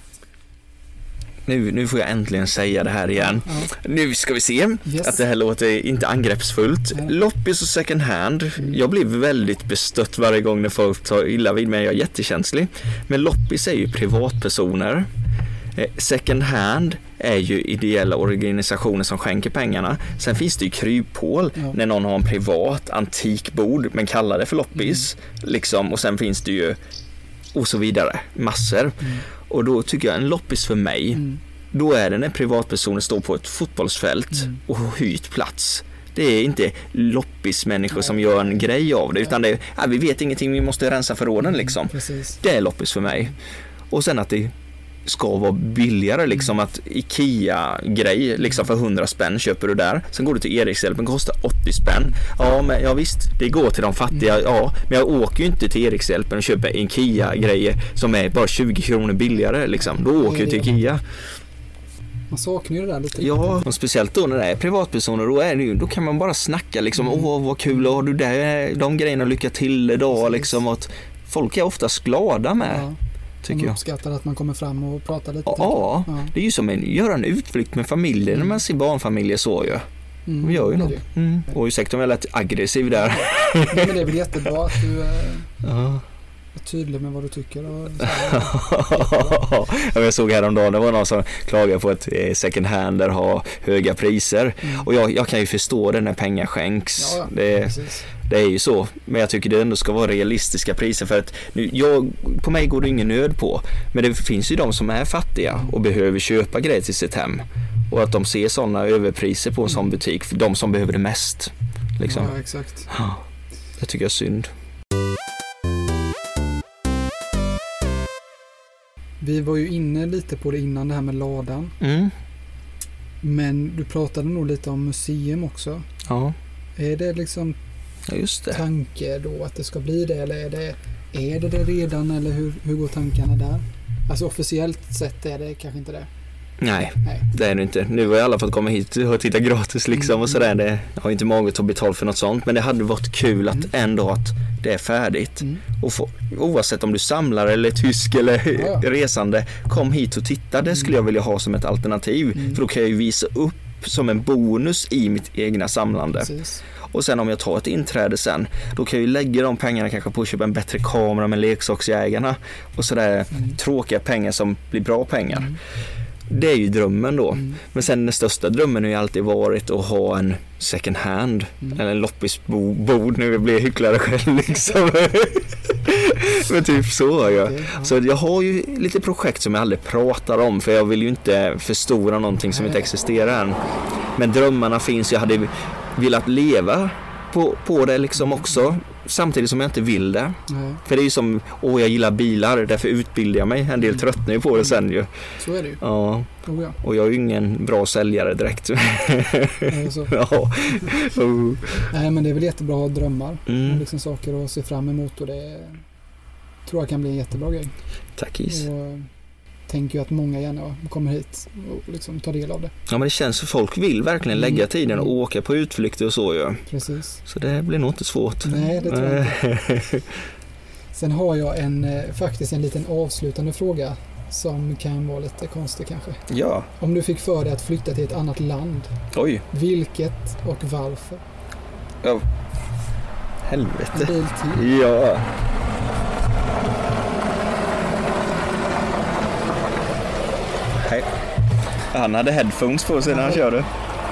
Nu, nu får jag äntligen säga det här igen. ja. Nu ska vi se Yes. att det här låter inte angreppsfullt. Nej. Loppis och second hand. Mm. Jag blir väldigt bestött varje gång när folk tar illa vid mig. Jag är jättekänslig. Men loppis är ju privatpersoner. Eh, Second hand är ju ideella organisationer som skänker pengarna. Sen finns det ju kryphål Ja. när någon har en privat antikbord men kallar det för loppis. Liksom. Och sen finns det ju och så vidare. Massor. Mm. Och då tycker jag en loppis för mig, Mm. då är det när privatpersoner står på ett fotbollsfält Mm. och har hyrt plats. Det är inte loppismänniskor som gör en grej av det, utan det är, ja, vi vet ingenting, vi måste rensa förråden liksom. Precis. Det är loppis för mig. Och sen att det ska vara billigare liksom, att IKEA-grej liksom för hundra spänn köper du där. Sen går du till Erikshjälpen, kostar åttio spänn. Ja, men ja visst, det går till de fattiga. Ja, men jag åker ju inte till Erikshjälpen och köper IKEA-grejer som är bara tjugo kronor billigare liksom. Då åker jag till IKEA. Man saknar ju det där lite. Ja, och speciellt då när det är privatpersoner, då, är det ju, då kan man bara snacka liksom, Mm. åh vad kul, och har du där, de grejerna, lycka till idag Precis. liksom, och att folk är oftast glada med, Ja. tycker Man jag. uppskattar att man kommer fram och pratar lite. Ja, Ja. det är ju som en, göra en utflykt med familjen när man ser barnfamiljer så ju. Mm, De gör ju det är något. det. Mm. Och ursäkta om jag lät aggressiv där. Nej, men det är väl jättebra att du eh, Ja. är tydlig med vad du tycker. Och så här. Ja, jag såg häromdagen, det var någon som klagade på att eh, second hander har höga priser. Mm. Och jag, jag kan ju förstå det när pengar skänks. Ja, ja, Det, precis. det är ju så. Men jag tycker det ändå ska vara realistiska priser. För att nu, jag, på mig går det ingen nöd på. Men det finns ju de som är fattiga och behöver köpa grejer till sitt hem. Och att de ser sådana överpriser på en sån butik. För de som behöver det mest. Liksom. Ja, exakt. Ja, det tycker jag är synd. Vi var ju inne lite på det innan, det här med ladan. Mm. Men du pratade nog lite om museum också. Ja. Är det liksom ja, just det. tanke då att det ska bli det? Eller är det är det, det redan? Eller hur, hur går tankarna där? Alltså officiellt sett är det kanske inte det. Nej, Nej. det är det inte. Nu har jag i alla fall kommit hit och titta gratis liksom Mm. och sådär. Det, jag har inte mag att ta betalt för något sånt. Men det hade varit kul att Mm. ändå att det är färdigt. Mm. Och få, oavsett om du samlar eller tysk eller Ja, ja. resande, kom hit och titta. Det skulle jag vilja ha som ett alternativ. Mm. För då kan jag ju visa upp som en bonus i mitt egna samlande. Precis. Och sen om jag tar ett inträde sen, då kan jag ju lägga de pengarna kanske på att köpa en bättre kamera med leksaksjägarna. Och sådär Mm. tråkiga pengar som blir bra pengar. Mm. Det är ju drömmen då. Mm. Men sen den största drömmen har ju alltid varit att ha en second hand. Mm. Eller en loppisbord. Nu blir jag hycklare själv liksom. Men typ så ja. Okej, ja. Så jag har ju lite projekt som jag aldrig pratar om. För jag vill ju inte förstora någonting som Nej. inte existerar än. Men drömmarna finns. Jag hade velat leva på, på det liksom också. Samtidigt som jag inte vill det. Nej, För det är ju som, åh jag gillar bilar, därför utbildar jag mig. En del tröttnar ju på det sen ju. så är det ju. Ja, Oh, ja. och jag är ju ingen bra säljare direkt. Nej, så. Ja. Oh. Nej, men det är väl jättebra att ha drömmar. Mm. Och liksom saker att se fram emot. Och det tror jag kan bli en jättebra grej. Tack Is. Och tänker ju att många gärna kommer hit och liksom tar del av det. Ja men det känns som folk vill verkligen lägga Mm. tiden och åka på utflykter och så ju. Precis. Så det blir nog inte svårt. Nej, det tror jag inte. Sen har jag en, eh, faktiskt en liten avslutande fråga som kan vara lite konstig kanske. Ja, Om du fick för dig att flytta till ett annat land, oj. vilket och varför? Ja. En Helvete. bil till. Ja. Hej. Han hade headphones på sig när han körde.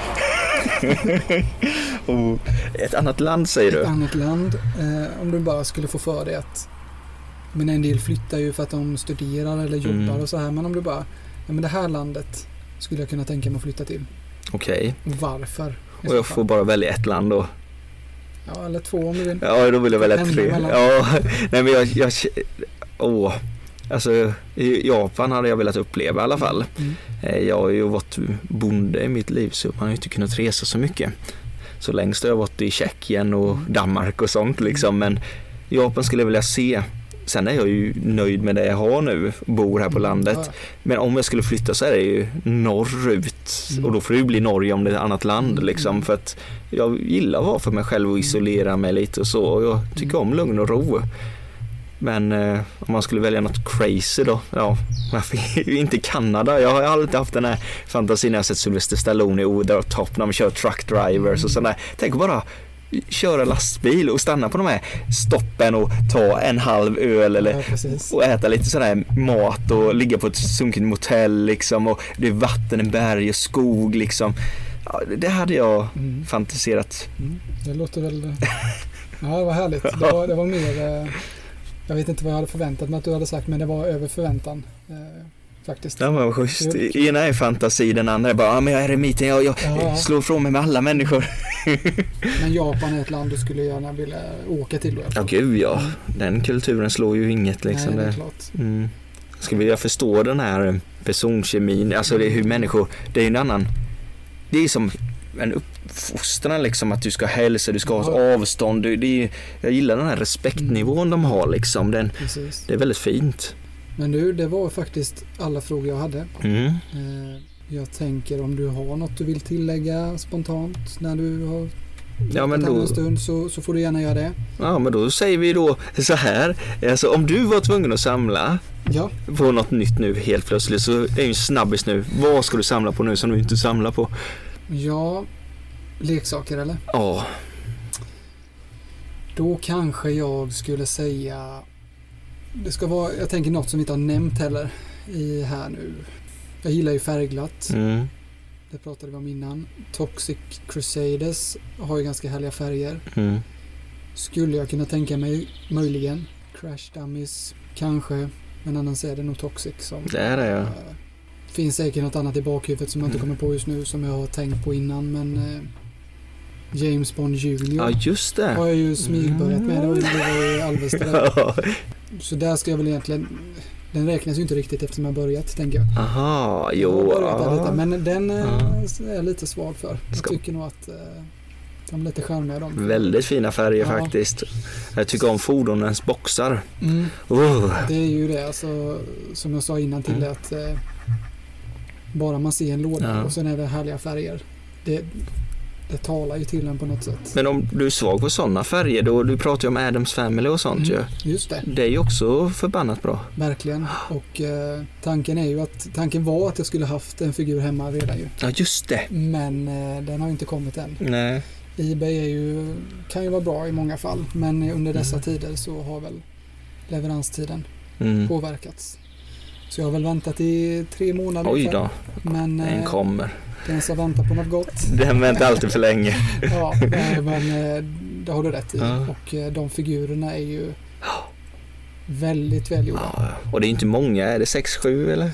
Och ett annat land säger du? Ett annat land. Eh, om du bara skulle få för dig att men en del flyttar ju för att de studerar eller jobbar mm. och så här. Men om du bara, ja men det här landet skulle jag kunna tänka mig att flytta till. Okej. Okay. Varför? Och jag får bara välja ett land då? Ja, eller två om du vill. Ja, då vill jag välja tre. Ja, nej men jag, jag åh. Alltså, i Japan hade jag velat uppleva i alla fall. Mm. Jag har ju varit bonde i mitt liv så man har ju inte kunnat resa så mycket. Så längst har jag varit i Tjeckien och mm. Danmark och sånt liksom. Men Japan skulle jag vilja se. Sen är jag ju nöjd med det jag har nu, bor här på landet. Mm. Men om jag skulle flytta så är det ju norrut. Mm. Och då får det ju bli Norge om det är ett annat land liksom. Mm. För att jag gillar att vara för mig själv och isolera mig lite och så. Och jag tycker om lugn och ro. Men eh, om man skulle välja något crazy då, ja, varför inte Kanada? Jag har alltid haft den här fantasin när jag sett Sylvester Stallone i Over the Top när man kör truck drivers och sådär. Tänk bara köra lastbil och stanna på de här stoppen och ta en halv öl eller, ja, och äta lite sån här mat och ligga på ett sunkigt motell liksom och det är vatten, en berg och skog liksom. Ja, det hade jag mm. fantiserat. Mm. Det låter väl... Ja, det var härligt. Det var, det var mer... Eh... Jag vet inte vad jag hade förväntat mig att du hade sagt, men det var över förväntan eh, faktiskt. Ja, men vad schysst. Ena är fantasi, den andra är bara, ja men jag är i meeting, jag, jag ja. slår ifrån mig med alla människor. Men Japan är ett land du skulle gärna vilja åka till då? Ja, gud ja. Mm. Den kulturen slår ju inget liksom. Nej, det är klart. Mm. Ska vi förstå den här personkemin, alltså det är hur människor, det är en annan, det är som en uppfostran liksom att du ska hälsa, du ska ha ett avstånd. Det är, jag gillar den här respektnivån mm. de har liksom. Den, det är väldigt fint. Men du, det var faktiskt alla frågor jag hade. Mm. Eh, jag tänker om du har något du vill tillägga spontant när du har ja, men då, en stund så, så får du gärna göra det. Ja, men då säger vi då så här. Alltså om du var tvungen att samla ja. på något nytt nu helt plötsligt så är det ju en snabbis nu. Vad ska du samla på nu som du inte samlar på? Ja, leksaker eller? Ja. Då kanske jag skulle säga det ska vara, jag tänker något som vi inte har nämnt heller i här nu. Jag gillar ju färgglatt. Mm. Det pratade vi om innan. Toxic Crusaders har ju ganska härliga färger. Mm. Skulle jag kunna tänka mig möjligen Crash Dummies kanske, men annars är det nog Toxic som det är det, ja. Äh, finns säkert något annat i bakhuvudet som jag inte kommer på just nu som jag har tänkt på innan, men äh, James Bond junior ja, just det. har jag ju smygbörjat med. Det var ju, det var ju Alvesta där. Så där ska jag väl egentligen, den räknas ju inte riktigt eftersom jag börjat, tänker jag. Aha, jo. Jag lite, men den ja. är jag lite svag för. Jag ska... tycker nog att äh, de är lite charmiga de. Väldigt fina färger ja. faktiskt. Jag tycker om fordonens boxar. Mm. Oh. Det är ju det, alltså, som jag sa innan till mm. det att äh, bara man ser en låda ja. och sen är det härliga färger. Det Det talar ju till en på något sätt. Men om du är svag på sådana färger då, du pratar ju om Addams Family och sånt mm, ju. Just det. Det är ju också förbannat bra. Verkligen. Och eh, tanken är ju att, tanken var att jag skulle haft en figur hemma redan ju. Ja, just det. Men eh, den har ju inte kommit än. Nej. eBay är ju, kan ju vara bra i många fall. Men under dessa mm. tider så har väl leveranstiden mm. påverkats. Så jag har väl väntat i tre månader. Oj då. Men den eh, kommer. Den ska vänta på något gott. Den väntar alltid för länge. Ja, men det har du rätt i. Ja. Och de figurerna är ju väldigt välgjorda. Ja, och det är inte många, är det sex, sju eller?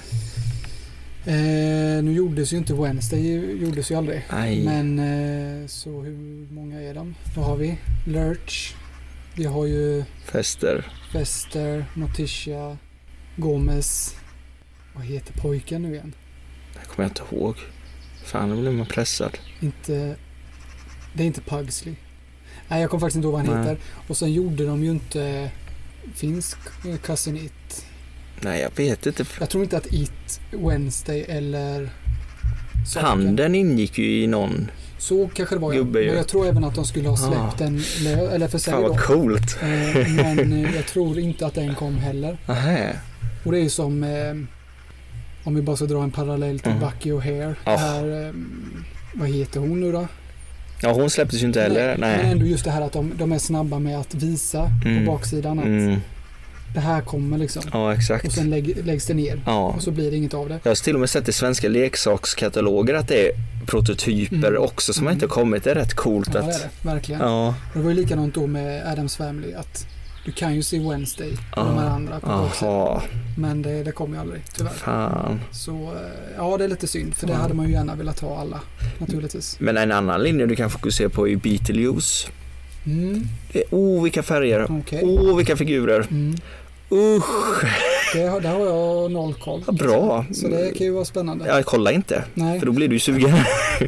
Eh, nu gjordes ju inte Wednesday, gjordes ju aldrig. Aj. Men eh, så hur många är de? Då har vi Lurch. Vi har ju Fester. Fester, Morticia, Gomez. Vad heter pojken nu igen? Det kommer jag inte ihåg. Fan, då blir man pressad. Inte, det är inte Pugsley. Nej, jag kommer faktiskt inte ihåg vad han Nej. heter. Och sen gjorde de ju inte finsk Cousin It. Nej, jag vet inte. Jag tror inte att It, Wednesday eller Saken. Handen ingick ju i någon så kanske det var gubbe. Jag. Men jag tror även att de skulle ha släppt ah. den eller för sig Fan, vad då. coolt. Eh, men jag tror inte att den kom heller. Aha. Och det är ju som eh, om vi bara ska dra en parallell till mm. Bucky O'Hare. Oh. Här, eh, vad heter hon nu då? Ja, hon släpptes ju inte heller. Nej. Men ändå just det här att de, de är snabba med att visa mm. på baksidan att mm. det här kommer liksom. Ja, exakt. Och sen lägg, läggs det ner. Ja. Och så blir det inget av det. Jag har till och med sett i svenska leksakskataloger att det är prototyper mm. också som mm. inte har kommit. Det är rätt coolt. Ja, att... det är det. Verkligen. Ja. Det var ju likadant då med Addams Family att du kan ju se Wednesday och de här andra på Aha. Men det, det kommer ju aldrig, tyvärr. Fan. Så ja, det är lite synd. För det hade man ju gärna velat ha alla, naturligtvis. Men en annan linje du kan fokusera på är Beetlejuice. Mm. Det är, oh, vilka färger. Okay. Oh, vilka figurer. Mm. Usch. Det har, där har jag noll koll. Ja, bra. Så det kan ju vara spännande. Ja, kolla inte. Nej. För då blir du sugen.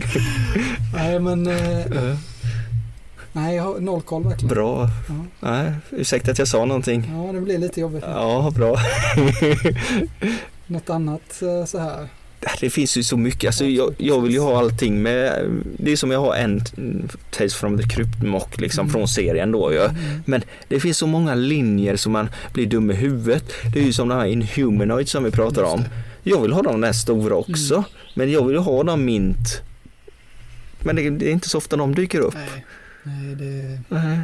Nej, men... Eh, uh. Nej, jag har noll koll verkligen. Bra. Ja. Nej, ursäkta att jag sa någonting. Ja, det blir lite jobbigt. Ja, bra. Något annat så här? Det finns ju så mycket. Alltså, jag, jag vill ju ha allting med. Det är som jag har en Tales from the Crypt-mock liksom, mm. från serien då. Ja. Mm. Men det finns så många linjer som man blir dum i huvudet. Det är ju som de här Inhumanoid som vi pratar om. Jag vill ha de där stora också. Mm. Men jag vill ha dem mint. Men det, det är inte så ofta de dyker upp. Nej. Nej, det... Nej.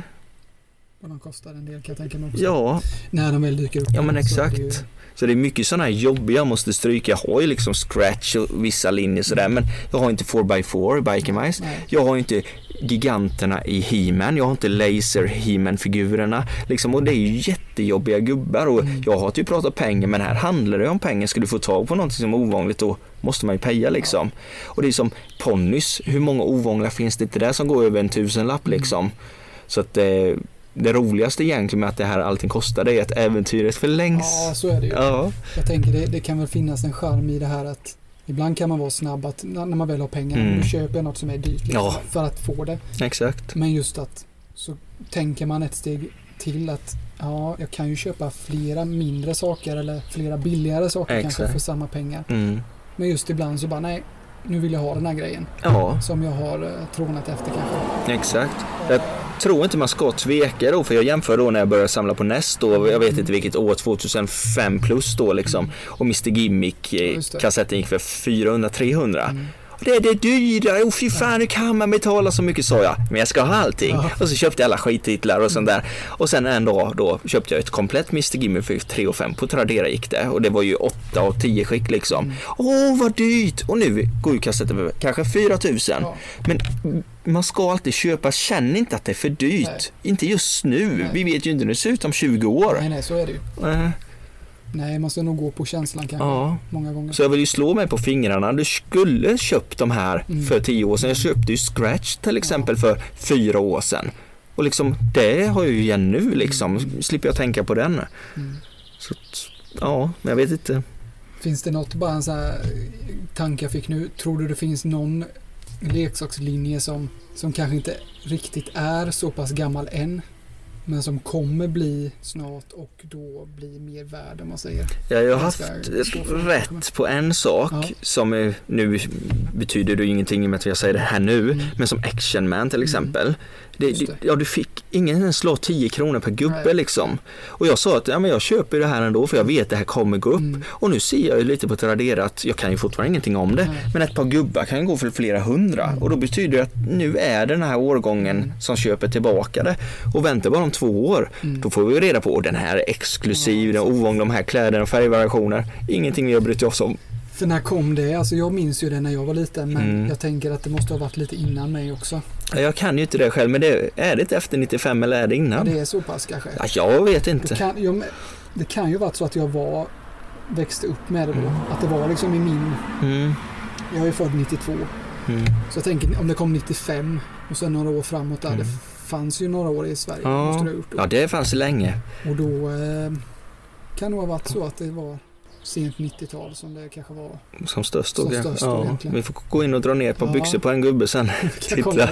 Och de kostar en del, kan jag tänka mig också. Ja. När de väl dyker upp. Ja, men exakt. Så det, ju... så det är mycket sådana här jobb jag måste stryka. Jag har ju liksom scratch och vissa linjer sådär. Men jag har inte four by four i Biker Mice. Nej. Jag har inte giganterna i He-Man. Jag har inte laser He-Man-figurerna. Liksom, och det är ju jättejobbiga gubbar. Och mm. jag har ju pratat pengar, men här handlar det om pengar. Ska du få tag på något som är ovanligt, då måste man ju peja liksom. Ja. Och det är som ponnys. Hur många ovanliga finns det inte där som går över en tusenlapp liksom? Mm. Så att eh, det roligaste egentligen med att det här allting kostar, det är att äventyret förlängs. Ja, så är det ju. Ja. Jag tänker det, det kan väl finnas en charm i det här att ibland kan man vara snabb att när man väl har pengar mm. då köper jag något som är dyrt liksom, ja. för att få det. Exakt. Men just att så tänker man ett steg till att ja, jag kan ju köpa flera mindre saker eller flera billigare saker Exakt. kanske för samma pengar. Mm. Men just ibland så bara nej, nu vill jag ha den här grejen. Ja. Som jag har uh, trånat efter kanske. Exakt. Jag tror inte man ska tveka då, för jag jämför då när jag började samla på N E S då, jag vet inte vilket år, tjugohundrafem plus då liksom, och mister Gimmick ja, kassetten gick för fyrahundra till trehundra. Mm. Det är det dyra, och fy fan, nu kan man betala så mycket, sa jag. Men jag ska ha allting. Ja. Och så köpte jag alla skittitlar och sånt där. Och sen en dag då köpte jag ett komplett mister Gimmick för tre och fem på Tradera gick det. Och det var ju åtta och tio skick liksom. Mm. Åh, vad dyrt! Och nu går ju kassetten för kanske fyra tusen. Ja. Men man ska alltid köpa, känn inte att det är för dyrt. Nej. Inte just nu. Nej. Vi vet ju inte hur det ser ut om tjugo år. Nej, nej, så är det ju. Äh. Nej, man ska nog gå på känslan kanske ja. många gånger. Så jag vill ju slå mig på fingrarna. Du skulle köpt de här mm. för tio år sedan. Jag köpte ju Scratch till exempel ja. för fyra år sedan. Och liksom, det har jag ju igen nu liksom. Mm. Slipper jag tänka på den. Mm. Så ja, men jag vet inte. Finns det något, bara en sån här tanke jag fick nu. Tror du det finns någon leksakslinje som, som kanske inte riktigt är så pass gammal än? Men som kommer bli snart och då blir mer värd, om man säger. Ja, jag har haft rätt på en sak ja. som är, nu betyder det ju ingenting med att jag säger det här nu, mm. men som Action Man till exempel. Mm. Det, det. Ja, du fick ingen slå tio kronor per gubbe Nej. liksom. Och jag sa att ja, men jag köper det här ändå för jag vet att det här kommer gå upp. Mm. Och nu ser jag ju lite på Tradera att jag kan ju fortfarande ingenting om det. Nej. Men ett par gubbar kan ju gå för flera hundra. Mm. Och då betyder det att nu är den här årgången mm. som köper tillbaka det. Och väntar bara om två år. Mm. Då får vi reda på att den här är exklusiv, ja, den ovång, de här kläderna och färgvariationer. Ingenting vi har brytt oss om. För när kom det? Alltså jag minns ju det när jag var liten, men mm. jag tänker att det måste ha varit lite innan mig också. Jag kan ju inte det själv, men det, är det inte efter nittiofem eller är det innan? Ja, det är så pass kanske. Ja, jag vet inte. Det kan, jag, det kan ju varit så att jag var växte upp med det då. Mm. Att det var liksom i min... Mm. Jag är född nittiotvå. Mm. Så jag tänker om det kom nittiofem och sen några år framåt där. Mm. Det fanns ju några år i Sverige. Ja, måste det ha gjort då. Ja, det fanns länge. Och då eh, kan det ha varit så att det var... sent nittiotal som det kanske var som störst då, som störst då ja. Vi får gå in och dra ner på ja. byxor på en gubbe sen. Titta.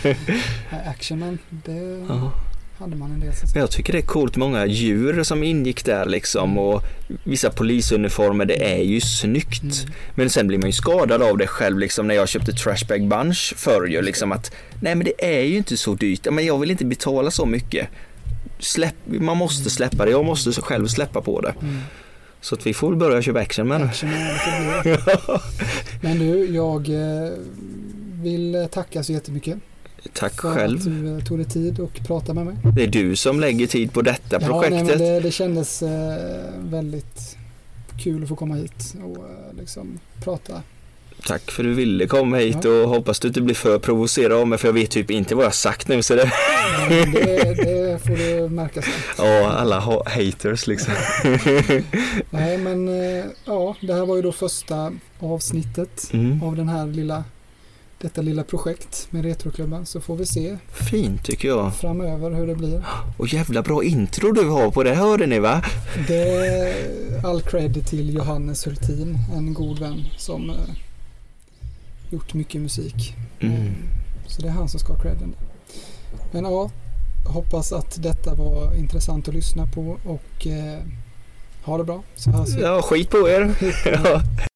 Action Man, det ja. hade man en del. Men jag tycker det är coolt, många djur som ingick där liksom, mm. och vissa polisuniformer, det är ju snyggt. Mm. Men sen blir man ju skadad av det själv liksom, när jag köpte Trashbag Bunch förr ju liksom, att nej men det är ju inte så dyrt, men jag vill inte betala så mycket. Släpp, man måste mm. släppa det, jag måste själv släppa på det. Mm. Så att vi får börja köpa Action Man. Action Man det men du, jag vill tacka så jättemycket. Tack för själv. att du tog dig tid och pratade med mig. Det är du som lägger tid på detta ja, projektet. Nej, men det, det kändes eh, väldigt kul att få komma hit och eh, liksom prata. Tack för att du ville komma hit ja. och hoppas du inte blir för provocerad av mig, för jag vet typ inte vad jag har sagt nu. Så det... Ja, det, det får du märka sen. Ja, alla ha- haters liksom. Nej, men eh, ja, det här var ju då första avsnittet Mm. av den här lilla, detta lilla projekt med Retroklubben, så får vi se Fint tycker jag. framöver hur det blir. Och jävla bra intro du har på det, hörde ni va? Det är all cred till Johannes Hultin, en god vän som eh, gjort mycket musik. Mm. Så det är han som ska ha credden. Men ja, hoppas att detta var intressant att lyssna på och eh, ha det bra. Så hörs vi. Ja, skit på er. Ja.